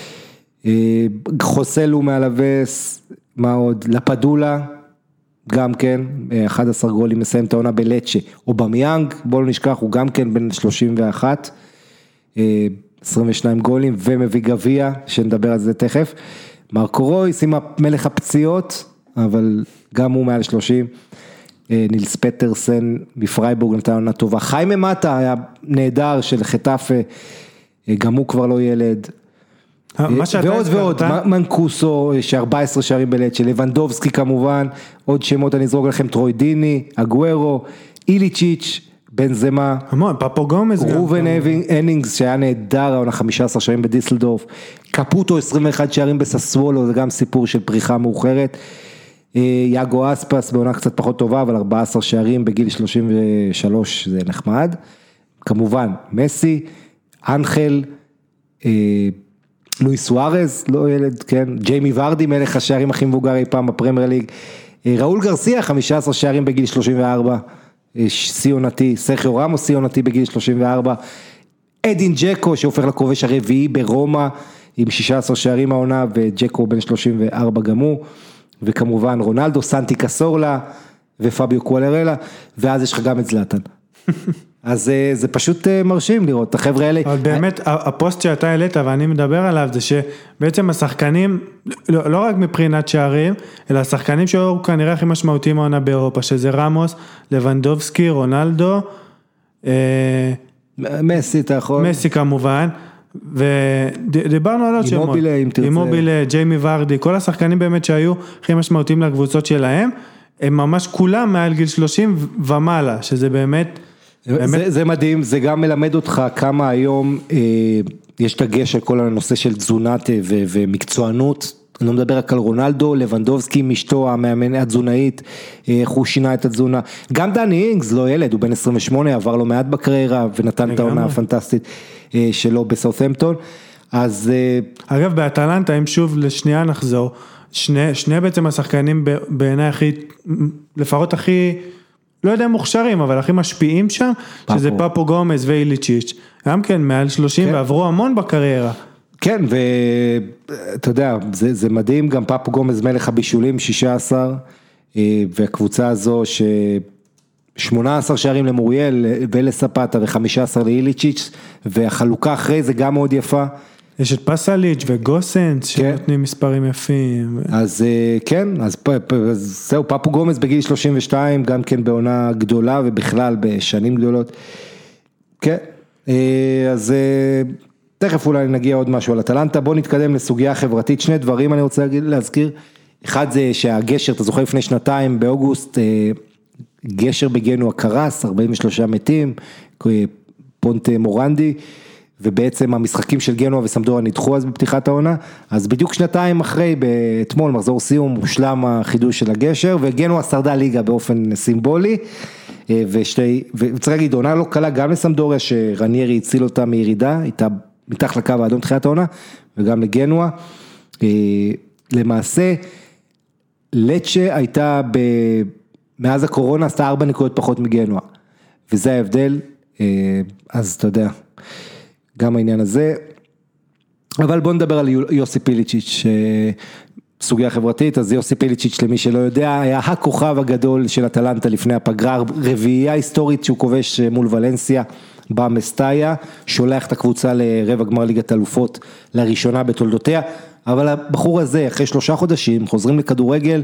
חוסלו מהלווס, מה עוד, לפדולה, גם כן, אחד עשר גולים מסיים את העונה בלצ'ה, אובמיאנג, בוא לא נשכח, הוא גם כן בין שלושים ואחת, עשרים ושניים גולים, ומביא גביע, שנדבר על זה תכף, מרקו רויס עם מלך הפציעות, אבל גם הוא מעל שלושים, נילס פטרסן מפרייבורג נתן עונה טובה, חיימה מטה היה נהדר של חטאפה, גם הוא כבר לא ילד, ועוד ועוד, מנקוסו ש-ארבעה עשר שערים בלצ'ה, לבנדובסקי כמובן, עוד שמות אני אזרוק לכם, טרוידיני, אגוארו, איליצ'יץ', בנזמה, המון, פאפו גומז, רובן הנינגס שהיה נהדר, העונה חמישה עשר שערים בדיסלדורף, קפוטו עשרים ואחד שערים בססוולו, זה גם סיפור של פריחה מאוחרת, יאגו אספס בעונה קצת פחות טובה, אבל ארבעה עשר שערים בגיל שלושים ושלוש, זה נחמד, כמובן, מסי, אנחל, לואיס סוארז, לא ילד, כן, ג'יימי ורדי, מלך השערים הכי מבוגר אי פעם בפרמייר ליג, ראול גרסיה, חמישה עשר שערים בגיל שלושים וארבע, סיונתי, סרחיו רמוס סיונתי בגיל שלושים וארבע, אדין ג'קו שהופך לכובש הרביעי ברומא, עם שישה עשר שערים העונה, וג'קו בן שלושים וארבע גם הוא, וכמובן רונלדו, סנטי קסורלה, ופביו קואלרלה, ואז יש לך גם את זלאטן. אז זה פשוט מרשים לראות, החבר'ה האלה. אבל באמת, הפוסט שאתה העלית, ואני מדבר עליו, זה שבעצם השחקנים, לא רק מבחינת שערים, אלא השחקנים שהיו כנראה הכי משמעותיים העונה באירופה, שזה רמוס, לבנדובסקי, רונלדו, מסי, אתה יכול. מסי כמובן, ודיברנו על עוד שמות. אימובילה, אם תרצה. אימובילה, ג'יימי ורדי, כל השחקנים באמת שהיו הכי משמעותיים לקבוצות שלהם, הם ממש כולם מעל גיל שלושים ומעלה, שזה באמת... זה, זה מדהים, זה גם מלמד אותך כמה היום אה, יש דגש על כל הנושא של תזונת ו, ומקצוענות, אני לא מדבר רק על רונלדו, לבנדובסקי, משתו, המאמן התזונאית, איך הוא שינה את התזונה, גם דני אינגס, לא ילד, הוא בן עשרים ושמונה, עבר לו מעט בקריירה, ונתן את העונה הפנטסטית אה, שלו בסאות'המפטון, אז... אה, אגב, באטלנטה, אם שוב לשנייה נחזור, שני, שני בעצם השחקנים בעיניי הכי, לפחות הכי... לא יודע מוכשרים, אבל הכי משפיעים שם, פאפו. שזה פאפו גומז ואיליצ'יץ', גם כן מעל שלושים, כן. ועברו המון בקריירה. כן, ואתה יודע, זה, זה מדהים, גם פאפו גומז מלך הבישולים, שישה עשר, והקבוצה הזו ש-שמונה עשר שערים למוריאל ולספטה, ו-חמישה עשר לאיליצ'יץ', והחלוקה אחרי זה גם מאוד יפה. יש את פסליץ' וגוסנס שנותנים מספרים יפים. אז כן, אז זהו, פאפו גומז בגיל שלושים ושתיים, גם כן בעונה גדולה ובכלל בשנים גדולות. כן, אז תכף אולי נגיע עוד משהו על אטלנטה, בוא נתקדם לסוגיה חברתית, שני דברים אני רוצה להזכיר, אחד זה שהגשר, אתה זוכר לפני שנתיים באוגוסט, גשר בגנואה קרס, ארבעים ושלושה מתים, פונט מורנדי, ובעצם המשחקים של גנואה וסמדורה נדחו אז בפתיחת העונה, אז בדיוק שנתיים אחרי, אתמול מחזור סיום, הושלם החידוש של הגשר, וגנואה שרדה ליגה באופן סימבולי, ושתי, וצריך להגיד, עונה לא קלה גם לסמדוריה, שרניירי הציל אותה מירידה, הייתה מתחת לקו האדום תחילת העונה, וגם לגנואה, למעשה, לצ'ה הייתה, ב... מאז הקורונה, עשתה ארבע נקודות פחות מגנואה, וזה ההבדל, אז אתה יודע, גם העניין הזה, אבל בוא נדבר על יוסי פיליצ'יץ', סוגיה חברתית, אז יוסי פיליצ'יץ' למי שלא יודע, היה הכוכב הגדול של אטלנטה לפני הפגרה, רביעייה היסטורית שהוא כובש מול ולנסיה, במסטאיה, שולח את הקבוצה לרבע גמר ליגת אלופות לראשונה בתולדותיה, אבל הבחור הזה אחרי שלושה חודשים חוזרים לכדורגל,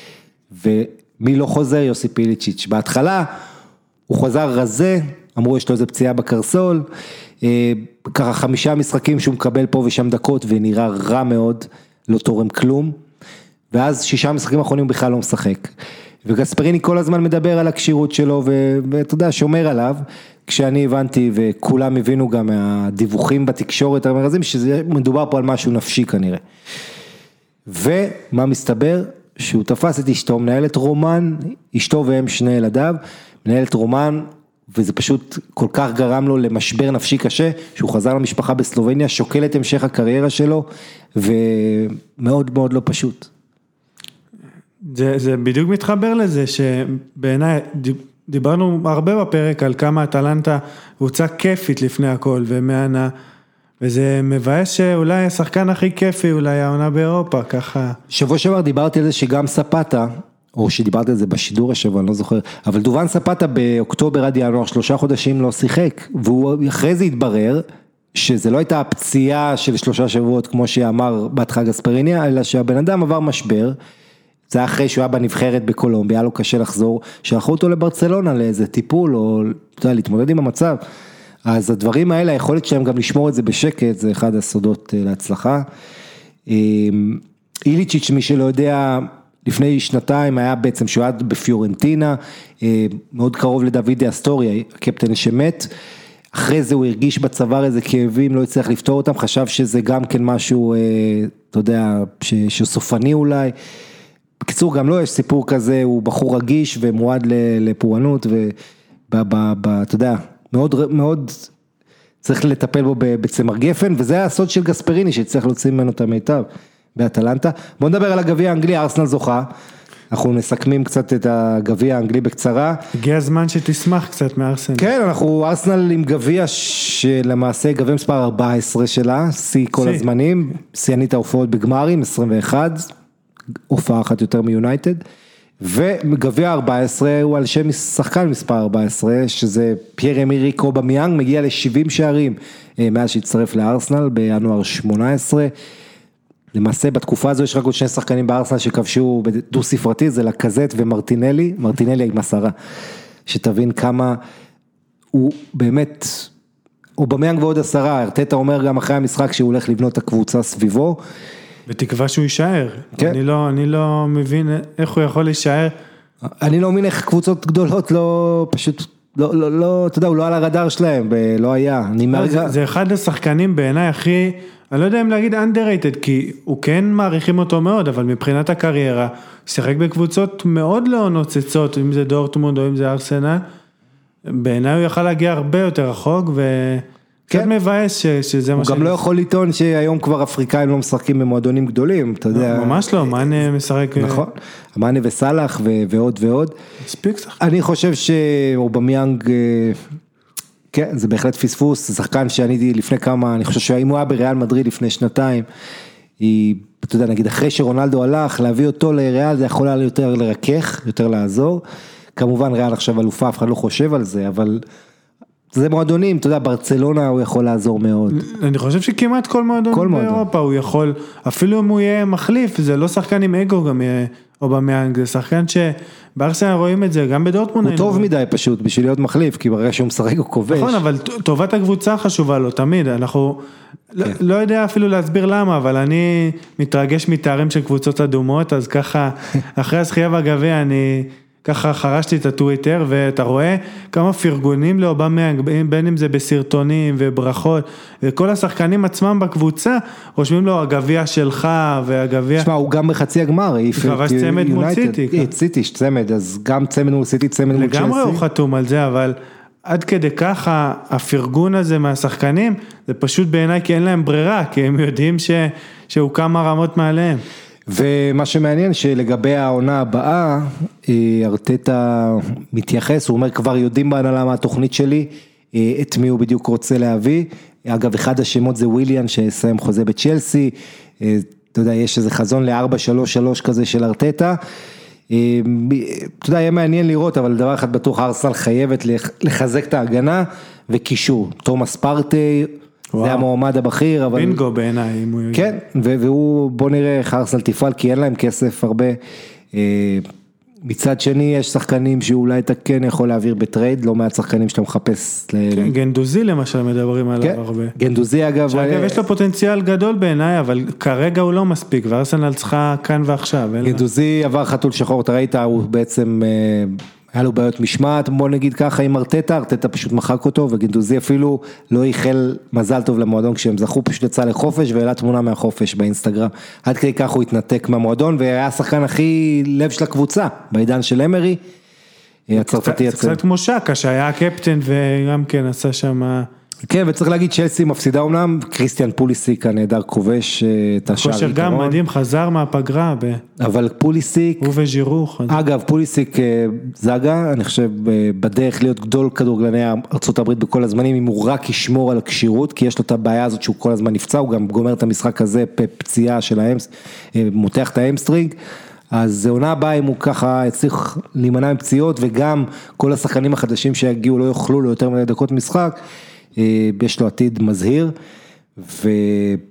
ומי לא חוזר? יוסי פיליצ'יץ'. בהתחלה הוא חזר רזה, אמרו יש לו איזה פציעה בקרסול, ככה חמישה משחקים שהוא מקבל פה ושם דקות ונראה רע מאוד, לא תורם כלום, ואז שישה משחקים האחרונים הוא בכלל לא משחק, וגספריני כל הזמן מדבר על הקשירות שלו, ואתה יודע, שומר עליו, כשאני הבנתי וכולם הבינו גם מהדיווחים בתקשורת המרזים, שמדובר פה על משהו נפשי כנראה, ומה מסתבר? שהוא תפס את אשתו, מנהלת רומן, אשתו והם שני ילדיו, מנהלת רומן, וזה פשוט כל כך גרם לו למשבר נפשי קשה, שהוא חזר למשפחה בסלובניה, שוקל את המשך הקריירה שלו, ומאוד מאוד לא פשוט. זה, זה בדיוק מתחבר לזה, שבעיניי דיברנו הרבה בפרק, על כמה אטלנטה קבוצה כיפית לפני הכל, ומענה, וזה מבאס שאולי השחקן הכי כיפי, אולי העונה באירופה, ככה. שבוע שעבר דיברתי על זה שגם ספטה, או שדיברתי על זה בשידור השבוע, אני לא זוכר, אבל דובן ספטה באוקטובר עד ינואר, שלושה חודשים לא שיחק, והוא אחרי זה התברר, שזה לא הייתה הפציעה של שלושה שבועות, כמו שאמר בהתחלה גספריניה, אלא שהבן אדם עבר משבר, זה אחרי שהוא היה בנבחרת בקולומביה, היה לו קשה לחזור, שלחו אותו לברצלונה לאיזה טיפול, או אתה יודע, להתמודד עם המצב, אז הדברים האלה, היכולת שלהם גם לשמור את זה בשקט, זה אחד הסודות להצלחה. איליצ'יץ', מי שלא יודע, לפני שנתיים היה בעצם שהוא היה בפיורנטינה, מאוד קרוב לדוידי אסטוריה, הקפטן שמת, אחרי זה הוא הרגיש בצוואר איזה כאבים, לא הצליח לפתור אותם, חשב שזה גם כן משהו, אתה יודע, שסופני אולי, בקיצור גם לא, יש סיפור כזה, הוא בחור רגיש ומועד לפורענות, ואתה יודע, מאוד מאוד צריך לטפל בו בצמר גפן, וזה הסוד של גספריני, שצריך להוציא ממנו את המיטב באטלנטה. בוא נדבר על הגביע האנגלי, ארסנל זוכה, אנחנו נסכמים קצת את הגביע האנגלי בקצרה. הגיע הזמן שתשמח קצת מארסנל. כן, אנחנו ארסנל עם גביע שלמעשה גביע מספר ארבע עשרה שלה, שיא כל הזמנים, שיאנית ההופעות בגמרים, עשרים ואחת, הופעה אחת יותר מיונייטד, וגביע ארבע עשרה הוא על שם שחקן מספר ארבע עשרה, שזה פייר אמריק אובמיאנג, מגיע ל-שבעים שערים, מאז שהצטרף לארסנל בינואר שמונה עשרה, למעשה בתקופה הזו יש רק עוד שני שחקנים בארסנל שכבשו בדו ספרתי, זה לקזט ומרטינלי, מרטינלי עם עשרה, שתבין כמה הוא באמת, אובמיאנג ועוד עשרה, ארטטה אומר גם אחרי המשחק שהוא הולך לבנות את הקבוצה סביבו, בתקווה שהוא יישאר, כן. אני לא, אני לא מבין איך הוא יכול להישאר. אני לא מבין איך קבוצות גדולות לא, פשוט, לא, לא, לא, אתה יודע, הוא לא על הרדאר שלהם, לא היה, אני מרגע... זה, זה אחד השחקנים בעיניי הכי, אני לא יודע אם להגיד underrated, כי הוא כן מעריכים אותו מאוד, אבל מבחינת הקריירה, הוא שיחק בקבוצות מאוד לא נוצצות, אם זה דורטמונד או אם זה ארסנל, בעיניי הוא יכל להגיע הרבה יותר רחוק, ו... קצת מבאס שזה מה ש... הוא גם לא יכול לטעון שהיום כבר אפריקאים לא משחקים במועדונים גדולים, אתה יודע. ממש לא, מאנה משחק... נכון, מאנה וסלח ועוד ועוד. מספיק שחק. אני חושב שאובמיאנג, כן, זה בהחלט פספוס, שחקן שאני לפני כמה, אני חושב שאם הוא היה בריאל מדריד לפני שנתיים, היא, אתה יודע, נגיד אחרי שרונלדו הלך, להביא אותו לריאל, זה יכול היה יותר לרכך, יותר לעזור. כמובן ריאל עכשיו אלופה, אף אחד לא חושב על זה, אבל... זה מועדונים, אתה יודע, ברצלונה הוא יכול לעזור מאוד. אני חושב שכמעט כל מועדון באירופה הוא יכול, אפילו אם הוא יהיה מחליף, זה לא שחקן עם אגו גם יהיה אובמיאנג, זה שחקן שבארסנל רואים את זה, גם בדורטמונד. הוא טוב מדי פשוט בשביל להיות מחליף, כי ברגע שהוא משחק הוא כובש. נכון, אבל טובת הקבוצה חשובה לו, תמיד, אנחנו לא יודע אפילו להסביר למה, אבל אני מתרגש מתארים של קבוצות אדומות, אז ככה, אחרי הזכייה בגביע אני... ככה חרשתי את הטוויטר, ואתה רואה כמה פרגונים לאובמיאנג, בין אם זה בסרטונים וברכות, וכל השחקנים עצמם בקבוצה, רושמים לו הגביע שלך, והגביע... תשמע, הוא גם בחצי הגמר, כבש צמד מול סיטי. סיטי, צמד, אז גם צמד מול סיטי, צמד מול צ'לסי. לגמרי הוא חתום על זה, אבל עד כדי ככה, הפרגון הזה מהשחקנים, זה פשוט בעיניי כי אין להם ברירה, כי הם יודעים ש... שהוא כמה רמות מעליהם. ומה שמעניין שלגבי העונה הבאה, ארטטה מתייחס, הוא אומר כבר יודעים בהנהלה מה התוכנית שלי, את מי הוא בדיוק רוצה להביא, אגב אחד השמות זה וויליאן שסיים חוזה בצ'לסי, אתה יודע יש איזה חזון ל-ארבע שלוש שלוש כזה של ארטטה, אתה יודע יהיה מעניין לראות, אבל דבר אחד בטוח ארסנל חייבת לחזק את ההגנה וקישור, תומאס פרטי, זה המועמד הבכיר, אבל... בינגו בעיניי. כן, והוא, בוא נראה איך ארסנל תפעל, כי אין להם כסף הרבה. מצד שני, יש שחקנים שאולי אתה כן יכול להעביר בטרייד, לא מעט שחקנים שאתה מחפש... כן, גנדוזי למשל מדברים עליו הרבה. גנדוזי אגב... שאגב, יש לו פוטנציאל גדול בעיניי, אבל כרגע הוא לא מספיק, וארסנל צריכה כאן ועכשיו. גנדוזי עבר חתול שחור, אתה ראית, הוא בעצם... היה לו בעיות משמעת, בוא נגיד ככה, עם ארטטה, ארטטה פשוט מחק אותו, וגנדוזי אפילו לא ייחל מזל טוב למועדון, כשהם זכו פשוט יצא לחופש, והעלה תמונה מהחופש באינסטגרם, עד כדי כך הוא התנתק מהמועדון, והיה השחקן הכי לב של הקבוצה, בעידן של אמרי, הצרפתי יצא. זה קצת כמו שקה, שהיה הקפטן, וגם כן עשה שם... כן, וצריך להגיד צ'לסי מפסידה אומנם, קריסטיאן פוליסיק הנהדר כובש את השער. כושר גם מדהים, חזר מהפגרה. אבל פוליסיק... הוא וג'ירו. אגב, פוליסיק זגה, אני חושב, בדרך להיות גדול כדורגלני ארצות הברית בכל הזמנים, אם הוא רק ישמור על הקשירות, כי יש לו את הבעיה הזאת שהוא כל הזמן נפצע, הוא גם גומר את המשחק הזה בפציעה של האמס, מותח את האמסטרינג, אז זה עונה הבאה אם הוא ככה יצליח להימנע עם פציעות, וגם כל השחקנים החדשים שיגיעו לא יוכלו לו יותר מדי דקות משחק, יש לו עתיד מזהיר,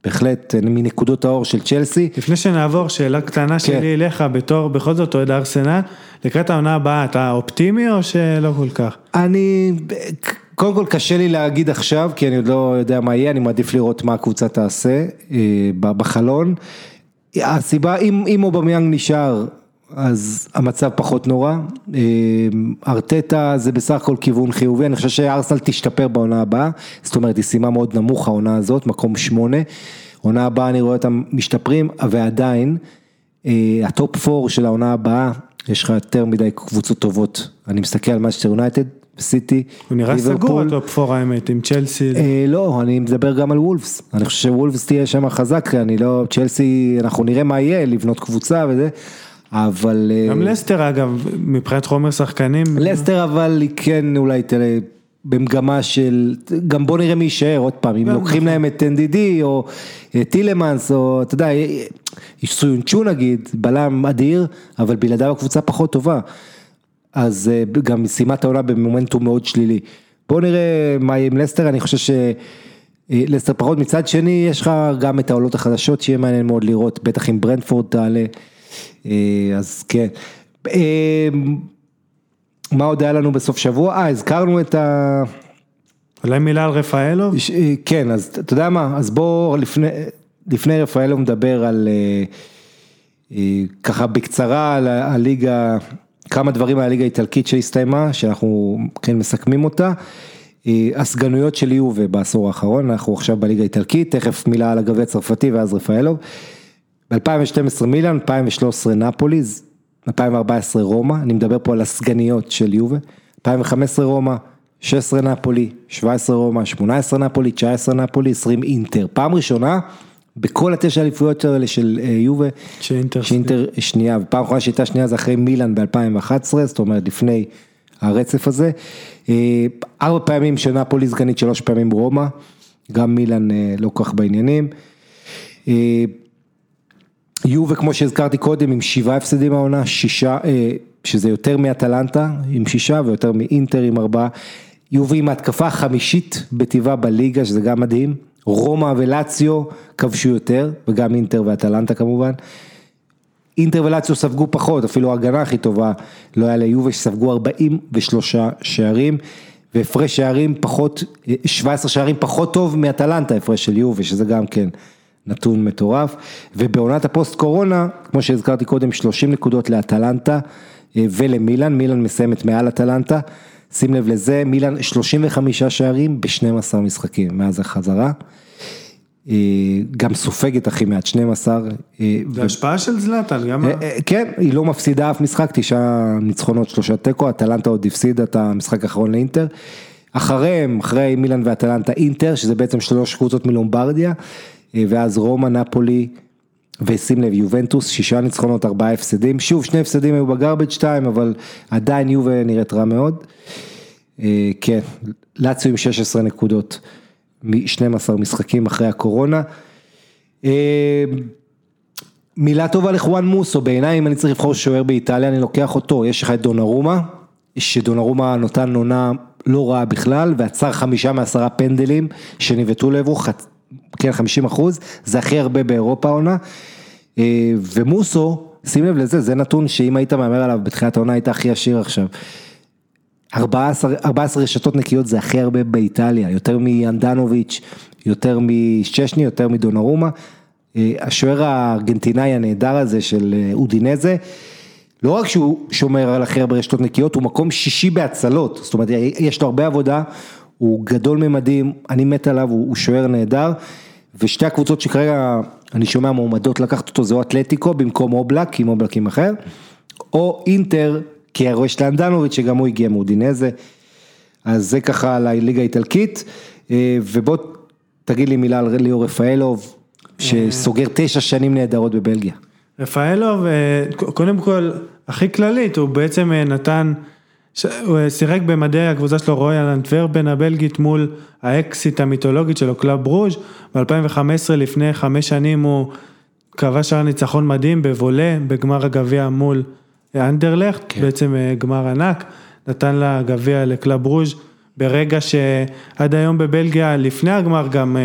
בהחלט מנקודות האור של צ'לסי. לפני שנעבור, שאלה קטנה שלי אליך, בתור בכל זאת אוהד ארסנל, לקראת העונה הבאה, אתה אופטימי או שלא כל כך? אני, קודם כל קשה לי להגיד עכשיו, כי אני עוד לא יודע מה יהיה, אני מעדיף לראות מה הקבוצה תעשה בחלון. הסיבה, אם, אם אובמיאנג נשאר, אז המצב פחות נורא. ארטטה זה בסך הכל כיוון חיובי, אני חושב שארסנל תשתפר בעונה הבאה, זאת אומרת, היא שימה מאוד נמוך העונה הזאת, מקום שמונה, עונה הבאה אני רואה אותם משתפרים, ועדיין, הטופ פור של העונה הבאה, יש לך יותר מדי קבוצות טובות, אני מסתכל על מאנצ'סטר יונייטד, סיטי, הוא נראה סגור הטופ פור האמת, עם צ'לסי. לא, אני מדבר גם על וולפס, אני חושב שוולפס תהיה שם חזק, אני לא, צ'לסי, אנחנו נראה מה יהיה, לבנות קבוצה וזה, אבל... גם לסטר אגב, מבחינת חומר שחקנים. לסטר אבל כן אולי תראה, במגמה של, גם בוא נראה מי יישאר עוד פעם, אם לוקחים להם את אן די די או טילמנס או אתה יודע, יש סויונצ'ו נגיד, בלם אדיר, אבל בלעדיו הקבוצה פחות טובה, אז גם שימת העונה במומנטום מאוד שלילי. בוא נראה מה יהיה עם לסטר, אני חושב שלסטר פחות, מצד שני יש לך גם את העולות החדשות שיהיה מעניין מאוד לראות, בטח אם ברנדפורד תעלה, אז כן. מה עוד היה לנו בסוף שבוע? אה, הזכרנו את ה... אולי מילה על רפאלוב? כן, אז אתה יודע מה, אז בוא לפני, לפני רפאלוב מדבר על, ככה בקצרה על הליגה, כמה דברים על הליגה האיטלקית שהסתיימה, שאנחנו כן מסכמים אותה, הסגנויות של יובה בעשור האחרון, אנחנו עכשיו בליגה האיטלקית, תכף מילה על הגביע הצרפתי ואז רפאלוב, ב-אלפיים ושתים עשרה מילאן, אלפיים ושלוש עשרה נפוליז, אלפיים וארבע עשרה רומא, אני מדבר פה על הסגניות של יובה, אלפיים וחמש עשרה רומא, שש עשרה נפולי, שבע עשרה רומא, שמונה עשרה נפולי, תשע עשרה נפולי, עשרים אינטר, פעם ראשונה, בכל התשע אליפויות האלה של יובה, שאינטר, שאינטר שנייה, ופעם אחרונה שהייתה שנייה זה אחרי מילאן ב-אלפיים ואחת עשרה, זאת אומרת לפני הרצף הזה, ארבע פעמים של נפולי סגנית, שלוש פעמים רומא, גם מילאן לא כל כך בעניינים, יובה כמו שהזכרתי קודם עם שבעה הפסדים העונה, שישה, שזה יותר מאטלנטה עם שישה ויותר מאינטר עם ארבעה, יובה עם ההתקפה החמישית בטבעה בליגה שזה גם מדהים, רומא ולאציו כבשו יותר וגם אינטר ואטלנטה כמובן, אינטר ולאציו ספגו פחות, אפילו ההגנה הכי טובה לא היה ליובה שספגו ארבעים ושלושה שערים, והפרש שערים פחות, שבע עשרה שערים פחות טוב מאטלנטה הפרש של יובה שזה גם כן נתון מטורף, ובעונת הפוסט קורונה, כמו שהזכרתי קודם, שלושים נקודות לאטלנטה ולמילאן, מילאן מסיימת מעל אטלנטה, שים לב לזה, מילאן שלושים וחמישה שערים ב-שנים עשר משחקים, מאז החזרה, גם סופגת הכי מעט, שנים עשר. זה השפעה של זלאטן, גם... כן, היא לא מפסידה אף משחק, תשעה ניצחונות, שלושה טקו, אטלנטה עוד הפסידה את המשחק האחרון לאינטר, אחריהם, אחרי מילאן ואטלנטה אינטר, שזה בעצם שלוש קבוצות מלומברדיה, ואז רומא, נפולי, ושים לב, יובנטוס, שישה ניצחונות, ארבעה הפסדים, שוב, שני הפסדים היו בגרבג' שתיים, אבל עדיין יובה נראית רע מאוד, כן, לאציו עם שש עשרה נקודות, מ-שנים עשר משחקים אחרי הקורונה, מילה טובה לחואן מוסו, בעיניי אם אני צריך לבחור שוער באיטליה, אני לוקח אותו, יש לך את דונרומה, שדונרומה נותן עונה לא רעה בכלל, ועצר חמישה מעשרה פנדלים, שניבטו לבו, חצ... כן, חמישים אחוז, זה הכי הרבה באירופה העונה, ומוסו, שים לב לזה, זה נתון שאם היית מאמר עליו בתחילת העונה, היית הכי עשיר עכשיו, ארבע עשרה רשתות נקיות זה הכי הרבה באיטליה, יותר מיאנדנוביץ', יותר מששני, יותר מדונרומה, השוער הארגנטינאי הנהדר הזה של אודינזה, לא רק שהוא שומר על הכי הרבה רשתות נקיות, הוא מקום שישי בהצלות, זאת אומרת, יש לו הרבה עבודה, הוא גדול ממדים, אני מת עליו, הוא, הוא שוער נהדר, ושתי הקבוצות שכרגע אני שומע מועמדות לקחת אותו, זהו אתלטיקו, במקום אובלק, עם אובלקים אחר, או אינטר, כי הרוש לאנדנוביץ' שגם הוא הגיע מאודינזה, אז זה ככה על הליגה האיטלקית, ובוא תגיד לי מילה על ליאור רפאלוב, שסוגר תשע שנים נהדרות בבלגיה. רפאלוב, קודם כל, הכי כללית, הוא בעצם נתן, הוא שיחק במדי הקבוצה שלו רויאל אנטוורפן הבלגית מול האקסיט המיתולוגית שלו קלאב ברוז' ב-אלפיים וחמש עשרה לפני חמש שנים הוא כבש שער ניצחון מדהים בוולה בגמר הגביע מול אנדרלכט, כן. בעצם גמר ענק, נתן לה גביע לקלאב ברוז' ברגע שעד היום בבלגיה לפני הגמר גם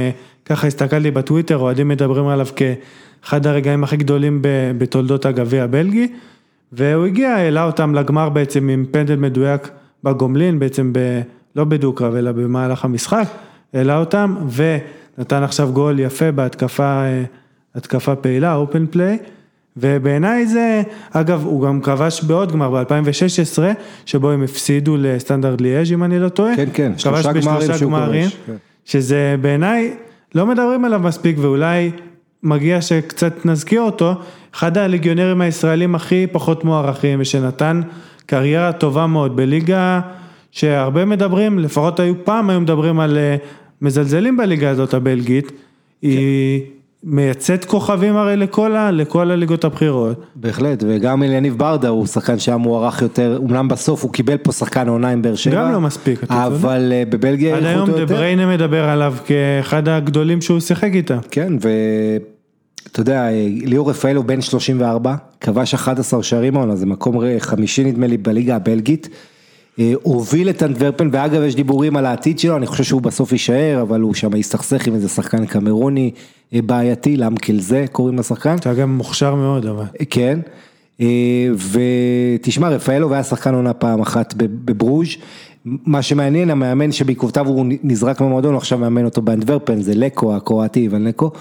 ככה הסתכלתי בטוויטר, אוהדים מדברים עליו כאחד הרגעים הכי גדולים בתולדות הגביע הבלגי, והוא הגיע, העלה אותם לגמר בעצם עם פנדל מדויק בגומלין, בעצם ב, לא בדו-קרב, אלא במהלך המשחק, העלה אותם, ונתן עכשיו גול יפה בהתקפה, התקפה פעילה, אופן פליי, ובעיניי זה, אגב, הוא גם כבש בעוד גמר ב-אלפיים ושש עשרה, שבו הם הפסידו לסטנדרט ליאז' אם אני לא טועה. כן, כן, שלושה גמרים שהוא כבש. שזה בעיניי, לא מדברים עליו מספיק, ואולי מגיע שקצת נזכיר אותו, אחד הליגיונרים הישראלים הכי פחות מוערכים, ושנתן קריירה טובה מאוד, בליגה שהרבה מדברים, לפחות היו פעם, היו מדברים על מזלזלים בליגה הזאת הבלגית, היא מייצאת כוכבים הרי לכל, לכל הליגות הבחירות. בהחלט, וגם אליניב ברדה הוא שחקן שהיה מוערך יותר, אומנם בסוף הוא קיבל פה שחקן עונה עם באר שבע. גם לא מספיק. אבל בבלגיה עד היום דה בריינה מדבר עליו כאחד הגדולים שהוא שיחק איתה. כן, ואתה יודע, ליאור רפאלו בן שלושים וארבע, כבש אחד עשר שערים העונה, זה מקום חמישי נדמה לי בליגה הבלגית, הוביל את אנטוורפן, ואגב יש דיבורים על העתיד שלו, אני חושב שהוא בסוף יישאר, אבל הוא שם יסתכסך עם איזה שחקן קמרוני בעייתי, למקלזה קוראים לשחקן. אתה גם מוכשר מאוד, אבל. כן, ותשמע, רפאלו והיה שחקן עונה פעם אחת בברוז', מה שמעניין, המאמן שבעקבותיו הוא נזרק מהמועדון, עכשיו מאמן אותו באנטוורפן, זה לקו, הקרואטי איוון לקו,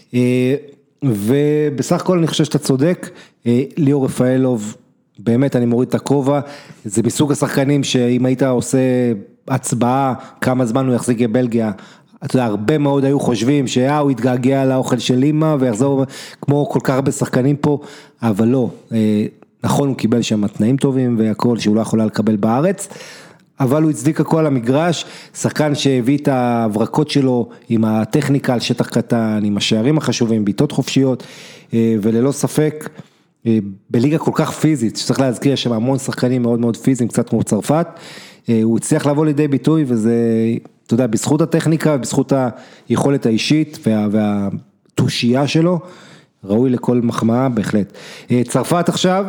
ובסך הכל אני חושב שאתה צודק, ליאור רפאלוב, באמת אני מוריד את הכובע, זה מסוג השחקנים שאם היית עושה הצבעה, כמה זמן הוא יחזיק בבלגיה, אתה יודע, הרבה מאוד היו חושבים שיה, הוא יתגעגע לאוכל של אמא, ויחזור כמו כל כך הרבה שחקנים פה, אבל לא, נכון הוא קיבל שם תנאים טובים, והכל שהוא לא יכול לקבל בארץ, אבל הוא הצדיק הכל על המגרש, שחקן שהביא את ההברקות שלו, עם הטכניקה על שטח קטן, עם השערים החשובים, בעיטות חופשיות, וללא ספק, בליגה כל כך פיזית, שצריך להזכיר שם המון שחקנים מאוד מאוד פיזיים, קצת כמו צרפת, הוא הצליח לבוא לידי ביטוי, וזה, אתה יודע, בזכות הטכניקה, ובזכות היכולת האישית, וה, והתושייה שלו, ראוי לכל מחמאה, בהחלט. צרפת עכשיו,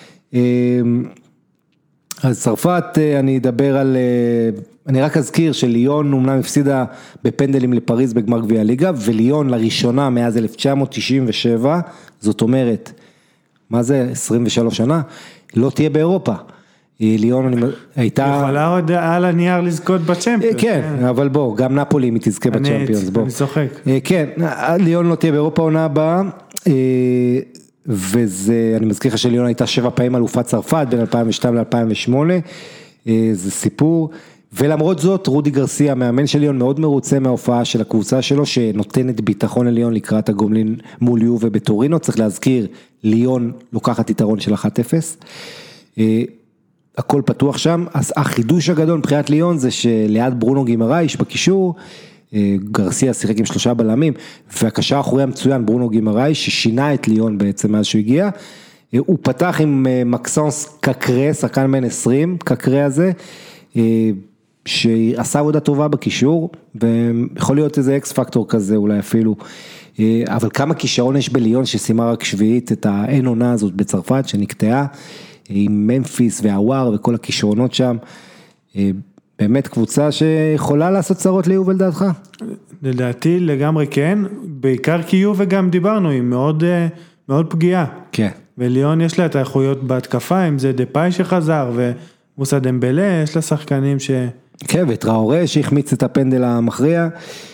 אז צרפת, אני אדבר על, אני רק אזכיר שליון אומנם הפסידה בפנדלים לפריז בגמר גביע הליגה, וליון לראשונה מאז אלף תשע מאות תשעים ושבע, זאת אומרת, מה זה, עשרים ושלוש שנה, לא תהיה באירופה. ליון אני, הייתה... יכולה עוד על הנייר לזכות בצ'מפיונס. כן, אבל בוא, גם נפולי אם היא תזכה בצ'מפיונס, בוא. אני צוחק. כן, ליון לא תהיה באירופה עונה הבאה, וזה, אני מזכיר לך שליון הייתה שבע פעמים אלופת צרפת, בין אלפיים ושתיים ל-אלפיים ושמונה, זה סיפור, ולמרות זאת, רודי גרסיה, מאמן של ליון, מאוד מרוצה מההופעה של הקבוצה שלו, שנותנת ביטחון לליון לקראת הגומלין מול יובה בטורינו, צריך להזכיר, ליון לוקחת יתרון של אחת אפס, הכל פתוח שם, אז החידוש הגדול מבחינת ליון, זה שליד ברונו גימרייש בקישור, גרסיה שיחק עם שלושה בלמים, והקשר האחורי המצוין, ברונו גימרייש, ששינה את ליון בעצם מאז שהוא הגיע, הוא פתח עם מקסנס קקרה, שחקן בן עשרים, קקרה הזה, שעשה עבודה טובה בקישור, ויכול להיות איזה אקס פקטור כזה אולי אפילו, אבל כמה כישרון יש בליון ששימה רק שביעית את האין עונה הזאת בצרפת שנקטעה, עם ממפיס והוואר וכל הכישרונות שם, באמת קבוצה שיכולה לעשות צרות ליובל לדעתך? לדעתי לגמרי כן, בעיקר כי יובל גם דיברנו, היא מאוד, מאוד פגיעה. כן. וליון יש לה את האיכויות בהתקפה, אם זה דפאי שחזר ומוסא דמבלה, יש לה שחקנים ש... כן, וטראורה שהחמיץ את הפנדל המכריע.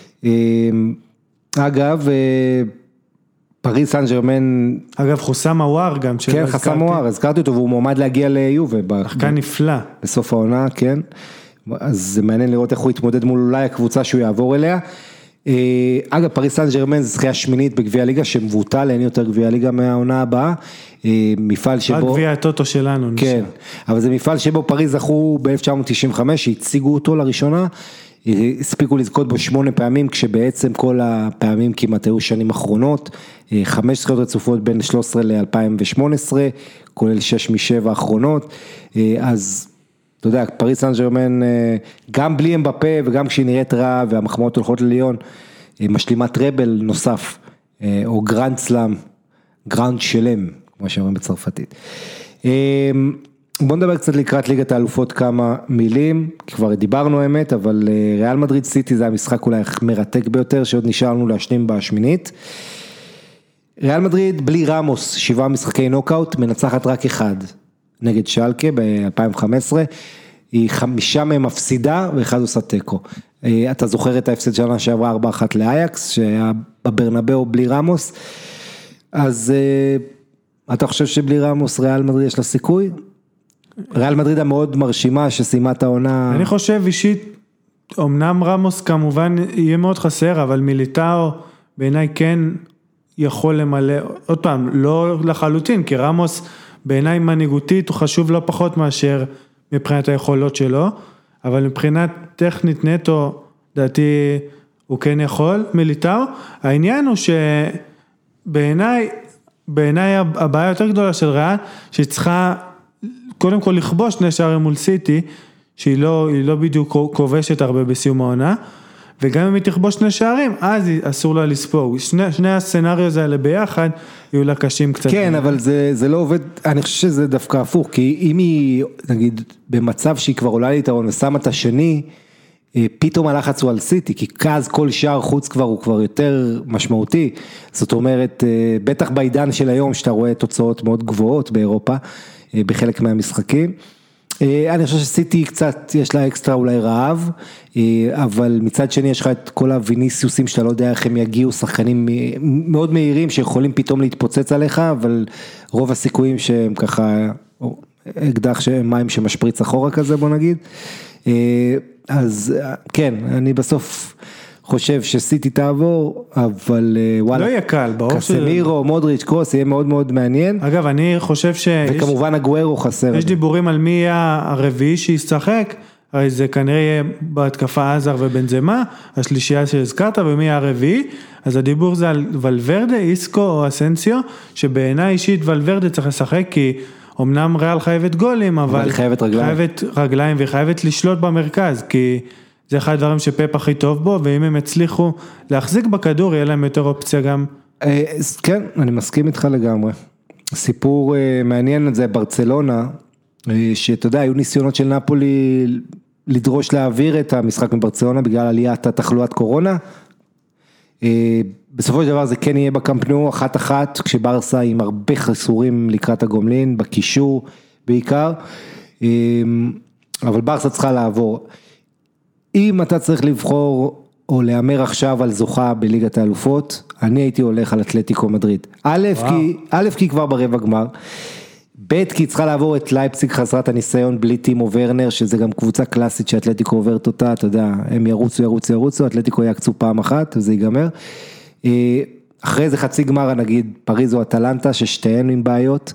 אגב, פריז סן ז'רמן... אגב, חוסם הוואר גם. כן, חוסם הוואר, הזכרתי אותו, והוא מועמד להגיע ליובה. שחקן נפלא. בסוף העונה, כן. אז זה מעניין לראות איך הוא יתמודד מול אולי הקבוצה שהוא יעבור אליה. אגב, פריז סן ז'רמן זה זכייה שמינית בגביע הליגה, שמבוטל, אין יותר גביע הליגה מהעונה הבאה. מפעל שבו... רק גביע הטוטו שלנו. כן, אבל זה מפעל שבו פריז זכו ב-אלף תשע מאות תשעים וחמש, שהציגו אותו לראשונה, הספיקו לזכות בו שמונה פעמים, כשבעצם כל הפעמים כמעט היו שנים אחרונות, חמש זכיות רצופות בין שלוש עשרה ל-אלפיים ושמונה עשרה, כולל שש משבע האחרונות, אז אתה יודע, פריז סן ז'רמן, גם בלי אמבפה וגם כשהיא נראית רע והמחמאות הולכות לליון, משלימה טראבל נוסף, או גרנד סלאם, גרנד שלם, כמו שאומרים בצרפתית. בוא נדבר קצת לקראת ליגת האלופות כמה מילים, כבר דיברנו האמת, אבל ריאל מדריד סיטי זה המשחק אולי מרתק ביותר, שעוד נשאר לנו להשלים בשמינית. ריאל מדריד בלי רמוס, שבעה משחקי נוקאוט, מנצחת רק אחד נגד שלקה ב-אלפיים וחמש עשרה, היא חמישה מהם מפסידה ואחד עושה תיקו. אתה זוכר את ההפסד שנה שעברה ארבע אחת לאייקס, שהיה בברנבאו בלי רמוס, אז אתה חושב שבלי רמוס ריאל מדריד יש לה סיכוי? ריאל מדריד המאוד מרשימה שסיימה את העונה. אני חושב אישית, אמנם רמוס כמובן יהיה מאוד חסר, אבל מיליטאו בעיניי כן יכול למלא, עוד פעם, לא לחלוטין, כי רמוס בעיניי מנהיגותית הוא חשוב לא פחות מאשר מבחינת היכולות שלו, אבל מבחינת טכנית נטו, דעתי הוא כן יכול, מיליטאו. העניין הוא שבעיניי, בעיניי הבעיה יותר גדולה של ריאל, שהיא צריכה קודם כל לכבוש שני שערים מול סיטי, שהיא לא, היא לא בדיוק כובשת הרבה בסיום העונה, וגם אם היא תכבוש שני שערים, אז אסור לה לספוג. שני, שני הסצנריוז האלה ביחד, יהיו לה קשים קצת. כן, אבל זה, זה לא עובד, אני חושב שזה דווקא הפוך, כי אם היא, נגיד, במצב שהיא כבר עולה ליתרון ושמה את השני, פתאום הלחץ הוא על סיטי, כי אז כל שער חוץ כבר הוא כבר יותר משמעותי, זאת אומרת, בטח בעידן של היום, שאתה רואה תוצאות מאוד גבוהות באירופה, בחלק מהמשחקים, אני חושב שסיטי קצת, יש לה אקסטרה אולי רעב, אבל מצד שני יש לך את כל הוויניסיוסים שאתה לא יודע איך הם יגיעו, שחקנים מאוד מהירים שיכולים פתאום להתפוצץ עליך, אבל רוב הסיכויים שהם ככה, אקדח מים שמשפריץ אחורה כזה בוא נגיד, אז כן, אני בסוף חושב שסיטי תעבור, אבל וואלה, לא יהיה קל, ברור קסמירו, מודריץ', קרוס, יהיה מאוד מאוד מעניין. אגב, אני חושב ש... וכמובן הגוארו חסר. יש דיבורים על מי הרביעי שישחק, הרי זה כנראה יהיה בהתקפה עזר ובנזמה, השלישייה שהזכרת, ומי הרביעי, אז הדיבור זה על ולוורדה, איסקו או אסנסיו, שבעיניי אישית ולוורדה צריך לשחק, כי אמנם ריאל חייבת גולים, אבל חייבת רגליים. חייבת רגליים, והיא חייבת לשלוט במרכז, כי זה אחד הדברים שפפ הכי טוב בו, ואם הם הצליחו להחזיק בכדור, יהיה להם יותר אופציה גם. כן, אני מסכים איתך לגמרי. סיפור מעניין, זה ברצלונה, שאתה יודע, היו ניסיונות של נפולי לדרוש להעביר את המשחק מברצלונה, בגלל עליית התחלואת קורונה. בסופו של דבר זה כן יהיה בקמפנו, אחת אחת, כשברסה עם הרבה חסורים לקראת הגומלין, בקישור בעיקר, אבל ברסה צריכה לעבור. אם אתה צריך לבחור או לאמר עכשיו על זוכה בליגת האלופות, אני הייתי הולך על אתלטיקו מדריד. א', כי, א', כי כבר ברבע גמר, ב', כי צריכה לעבור את לייפציג חסרת הניסיון בלי טימו ורנר, שזה גם קבוצה קלאסית שאתלטיקו עוברת אותה, אתה יודע, הם ירוצו, ירוצו, ירוצו, אתלטיקו יקצו פעם אחת, וזה ייגמר. אחרי זה חצי גמר, נגיד, פריז או אטלנטה, ששתיהן עם בעיות,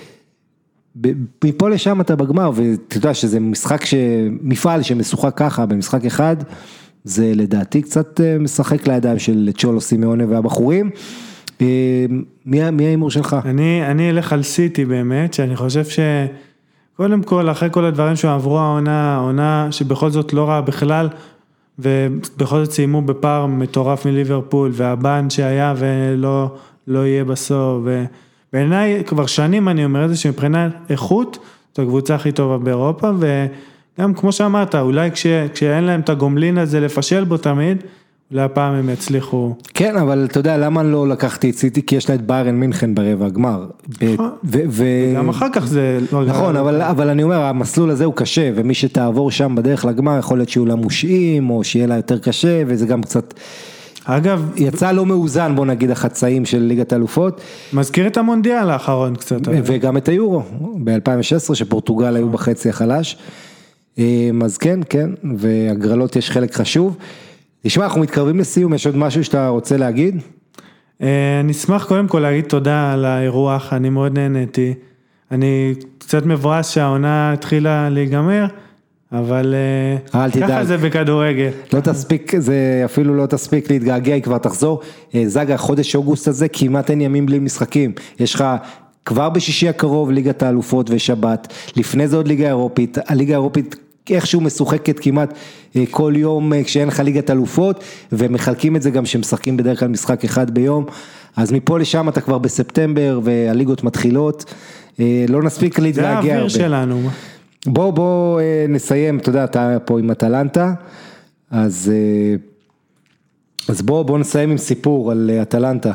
מפה לשם אתה בגמר, ואתה יודע שזה משחק, מפעל שמשוחק ככה, במשחק אחד, זה לדעתי קצת משחק לידיים של צ'ולו סימאונה והבחורים. מי, מי האימור שלך? אני, אני אלך על סיטי באמת, שאני חושב שקודם כל, אחרי כל הדברים שעברו העונה, העונה שבכל זאת לא רעה בכלל, ובכל זאת סיימו בפער מטורף מליברפול, והבן שהיה ולא לא יהיה בסוף, ובעיניי כבר שנים אני אומר את זה, שמבחינת איכות, זו הקבוצה הכי טובה באירופה, וגם כמו שאמרת, אולי כש, כשאין להם את הגומלין הזה לפשל בו תמיד, אולי הפעם הם יצליחו. כן, אבל אתה יודע, למה לא לקחתי את סיטי? כי יש לה את ביירן מינכן ברבע הגמר. גם אחר כך זה... נכון, אבל אני אומר, המסלול הזה הוא קשה, ומי שתעבור שם בדרך לגמר, יכול להיות שיהיו לה מושעים, או שיהיה לה יותר קשה, וזה גם קצת... אגב... יצא לא מאוזן, בוא נגיד, החצאים של ליגת האלופות. מזכיר את המונדיאל האחרון קצת. וגם את היורו, ב-אלפיים ושש עשרה, שפורטוגל היו בחצי החלש. אז כן, כן, והגרלות יש חלק חשוב. תשמע, אנחנו מתקרבים לסיום, יש עוד משהו שאתה רוצה להגיד? אני אשמח קודם כל להגיד תודה על האירוח, אני מאוד נהניתי. אני קצת מבואס שהעונה התחילה להיגמר, אבל ככה זה בכדורגל. לא תספיק, זה אפילו לא תספיק להתגעגע, היא כבר תחזור. זגה, חודש אוגוסט הזה, כמעט אין ימים בלי משחקים. יש לך כבר בשישי הקרוב ליגת האלופות ושבת, לפני זה עוד ליגה אירופית, הליגה האירופית איכשהו משוחקת כמעט כל יום כשאין לך ליגת אלופות, ומחלקים את זה גם שמשחקים בדרך כלל משחק אחד ביום, אז מפה לשם אתה כבר בספטמבר והליגות מתחילות, לא נספיק להתגעגע הרבה. זה האוויר שלנו. בוא, בוא נסיים, אתה יודע, אתה פה עם אטלנטה, אז, אז בוא, בוא נסיים עם סיפור על אטלנטה.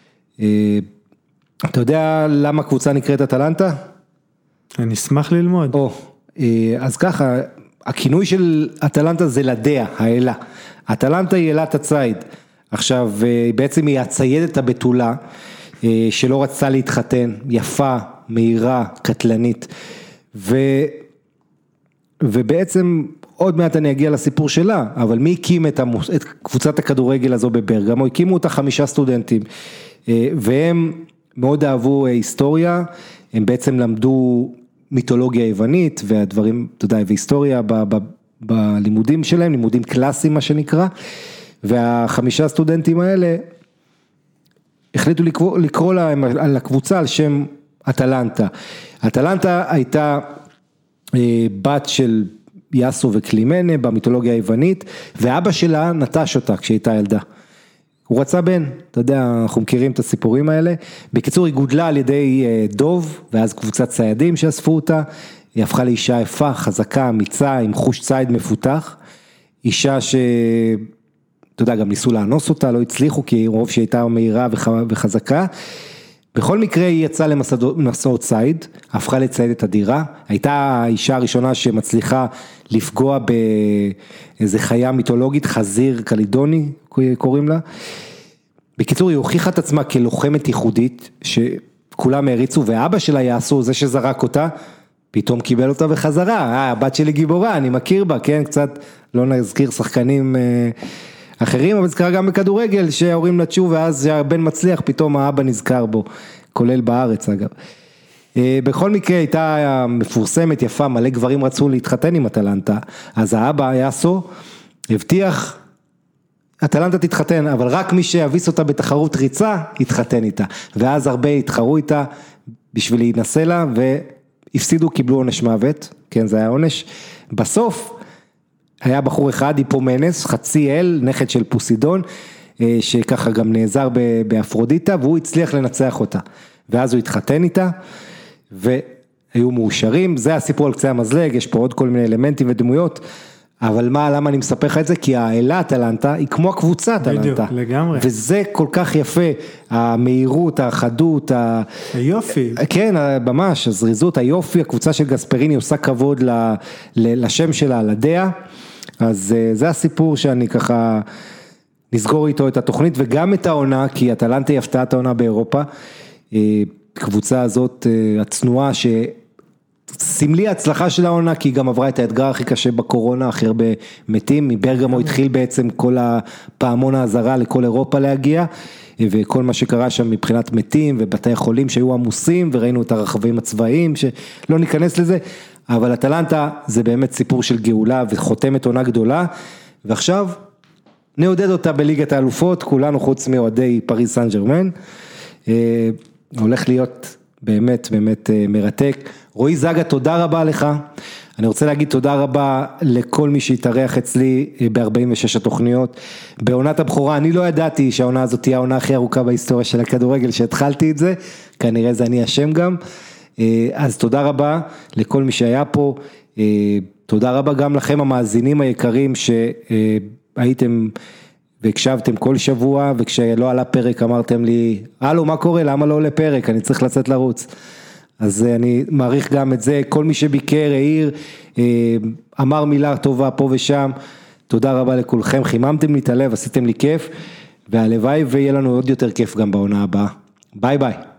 אתה יודע למה הקבוצה נקראת אטלנטה? אני אשמח ללמוד. או, אז ככה, הכינוי של אטלנטה זה לדיה, האלה. אטלנטה היא אלת הציד. עכשיו, בעצם היא הציידת הבתולה, שלא רצתה להתחתן, יפה, מהירה, קטלנית, ו... ובעצם עוד מעט אני אגיע לסיפור שלה, אבל מי הקים את, המוס... את קבוצת הכדורגל הזו בברגמו? הקימו אותה חמישה סטודנטים, והם מאוד אהבו היסטוריה, הם בעצם למדו מיתולוגיה יוונית, והדברים, אתה יודע, והיסטוריה ב... ב... בלימודים שלהם, לימודים קלאסיים מה שנקרא, והחמישה סטודנטים האלה, החליטו לקרוא, לקרוא להם על הקבוצה על שם אטלנטה. אטלנטה הייתה בת של יאסו וקלימנה במיתולוגיה היוונית, ואבא שלה נטש אותה כשהייתה ילדה. הוא רצה בן, אתה יודע, אנחנו מכירים את הסיפורים האלה. בקיצור, היא גודלה על ידי דוב, ואז קבוצת ציידים שאספו אותה, היא הפכה לאישה יפה, חזקה, אמיצה, עם חוש ציד מפותח, אישה ש... אתה יודע, גם ניסו לאנוס אותה, לא הצליחו, כי רוב שהייתה מהירה וחזקה. בכל מקרה היא יצאה למסעות ציד, הפכה לצייד את הדירה, הייתה האישה הראשונה שמצליחה לפגוע באיזה חיה מיתולוגית, חזיר קלידוני, קוראים לה. בקיצור, היא הוכיחה את עצמה כלוחמת ייחודית, שכולם העריצו, ואבא שלה יעשו, זה שזרק אותה, פתאום קיבל אותה בחזרה, אה, הבת שלי גיבורה, אני מכיר בה, כן, קצת, לא נזכיר שחקנים אחרים, אבל זה קרה גם בכדורגל, שההורים נטשו, ואז שהבן מצליח, פתאום האבא נזכר בו, כולל בארץ אגב. בכל מקרה הייתה מפורסמת, יפה, מלא גברים רצו להתחתן עם אטלנטה, אז האבא יאסו, הבטיח, אטלנטה תתחתן, אבל רק מי שהביס אותה בתחרות ריצה, יתחתן איתה, ואז הרבה התחרו איתה, בשביל להינשא לה, והפסידו, קיבלו עונש מוות, כן, זה היה עונש, בסוף, היה בחור אחד, היפומנס, חצי אל, נכד של פוסידון, שככה גם נעזר באפרודיטה, והוא הצליח לנצח אותה, ואז הוא התחתן איתה, והיו מאושרים, זה הסיפור על קצה המזלג, יש פה עוד כל מיני אלמנטים ודמויות, אבל מה, למה אני מספר לך את זה? כי האלה אטלנטה היא כמו הקבוצה אטלנטה. בדיוק, לגמרי. וזה כל כך יפה, המהירות, החדות, היופי. כן, ממש, הזריזות, היופי, הקבוצה של גספריני עושה כבוד לשם שלה, לדעה, אז זה הסיפור שאני ככה נסגור איתו את התוכנית, וגם את העונה, כי אטלנטה היא הפתעת העונה באירופה, קבוצה הזאת הצנועה שסמלי ההצלחה של העונה, כי היא גם עברה את האתגר הכי קשה בקורונה, הכי הרבה מתים, מברגמו התחיל בעצם כל הפעמון ההזרה לכל אירופה להגיע, וכל מה שקרה שם מבחינת מתים ובתי החולים שהיו עמוסים, וראינו את הרחבים הצבאיים, שלא ניכנס לזה, אבל אטלנטה זה באמת סיפור של גאולה וחותמת עונה גדולה, ועכשיו נעודד אותה בליגת האלופות, כולנו חוץ מאוהדי פריז סן ז'רמן, הולך להיות באמת באמת מרתק. רועי זגה, תודה רבה לך, אני רוצה להגיד תודה רבה לכל מי שהתארח אצלי ב-ארבעים ושש התוכניות, בעונת הבכורה, אני לא ידעתי שהעונה הזאת תהיה העונה הכי ארוכה בהיסטוריה של הכדורגל, שהתחלתי את זה, כנראה זה אני אשם גם, אז תודה רבה לכל מי שהיה פה, תודה רבה גם לכם המאזינים היקרים שהייתם והקשבתם כל שבוע, וכשלא עלה פרק אמרתם לי, הלו, מה קורה, למה לא עולה פרק, אני צריך לצאת לרוץ, אז אני מעריך גם את זה, כל מי שביקר, העיר, אמר מילה טובה פה ושם, תודה רבה לכולכם, חיממתם לי את הלב, עשיתם לי כיף, והלוואי ויהיה לנו עוד יותר כיף גם בעונה הבאה, ביי ביי.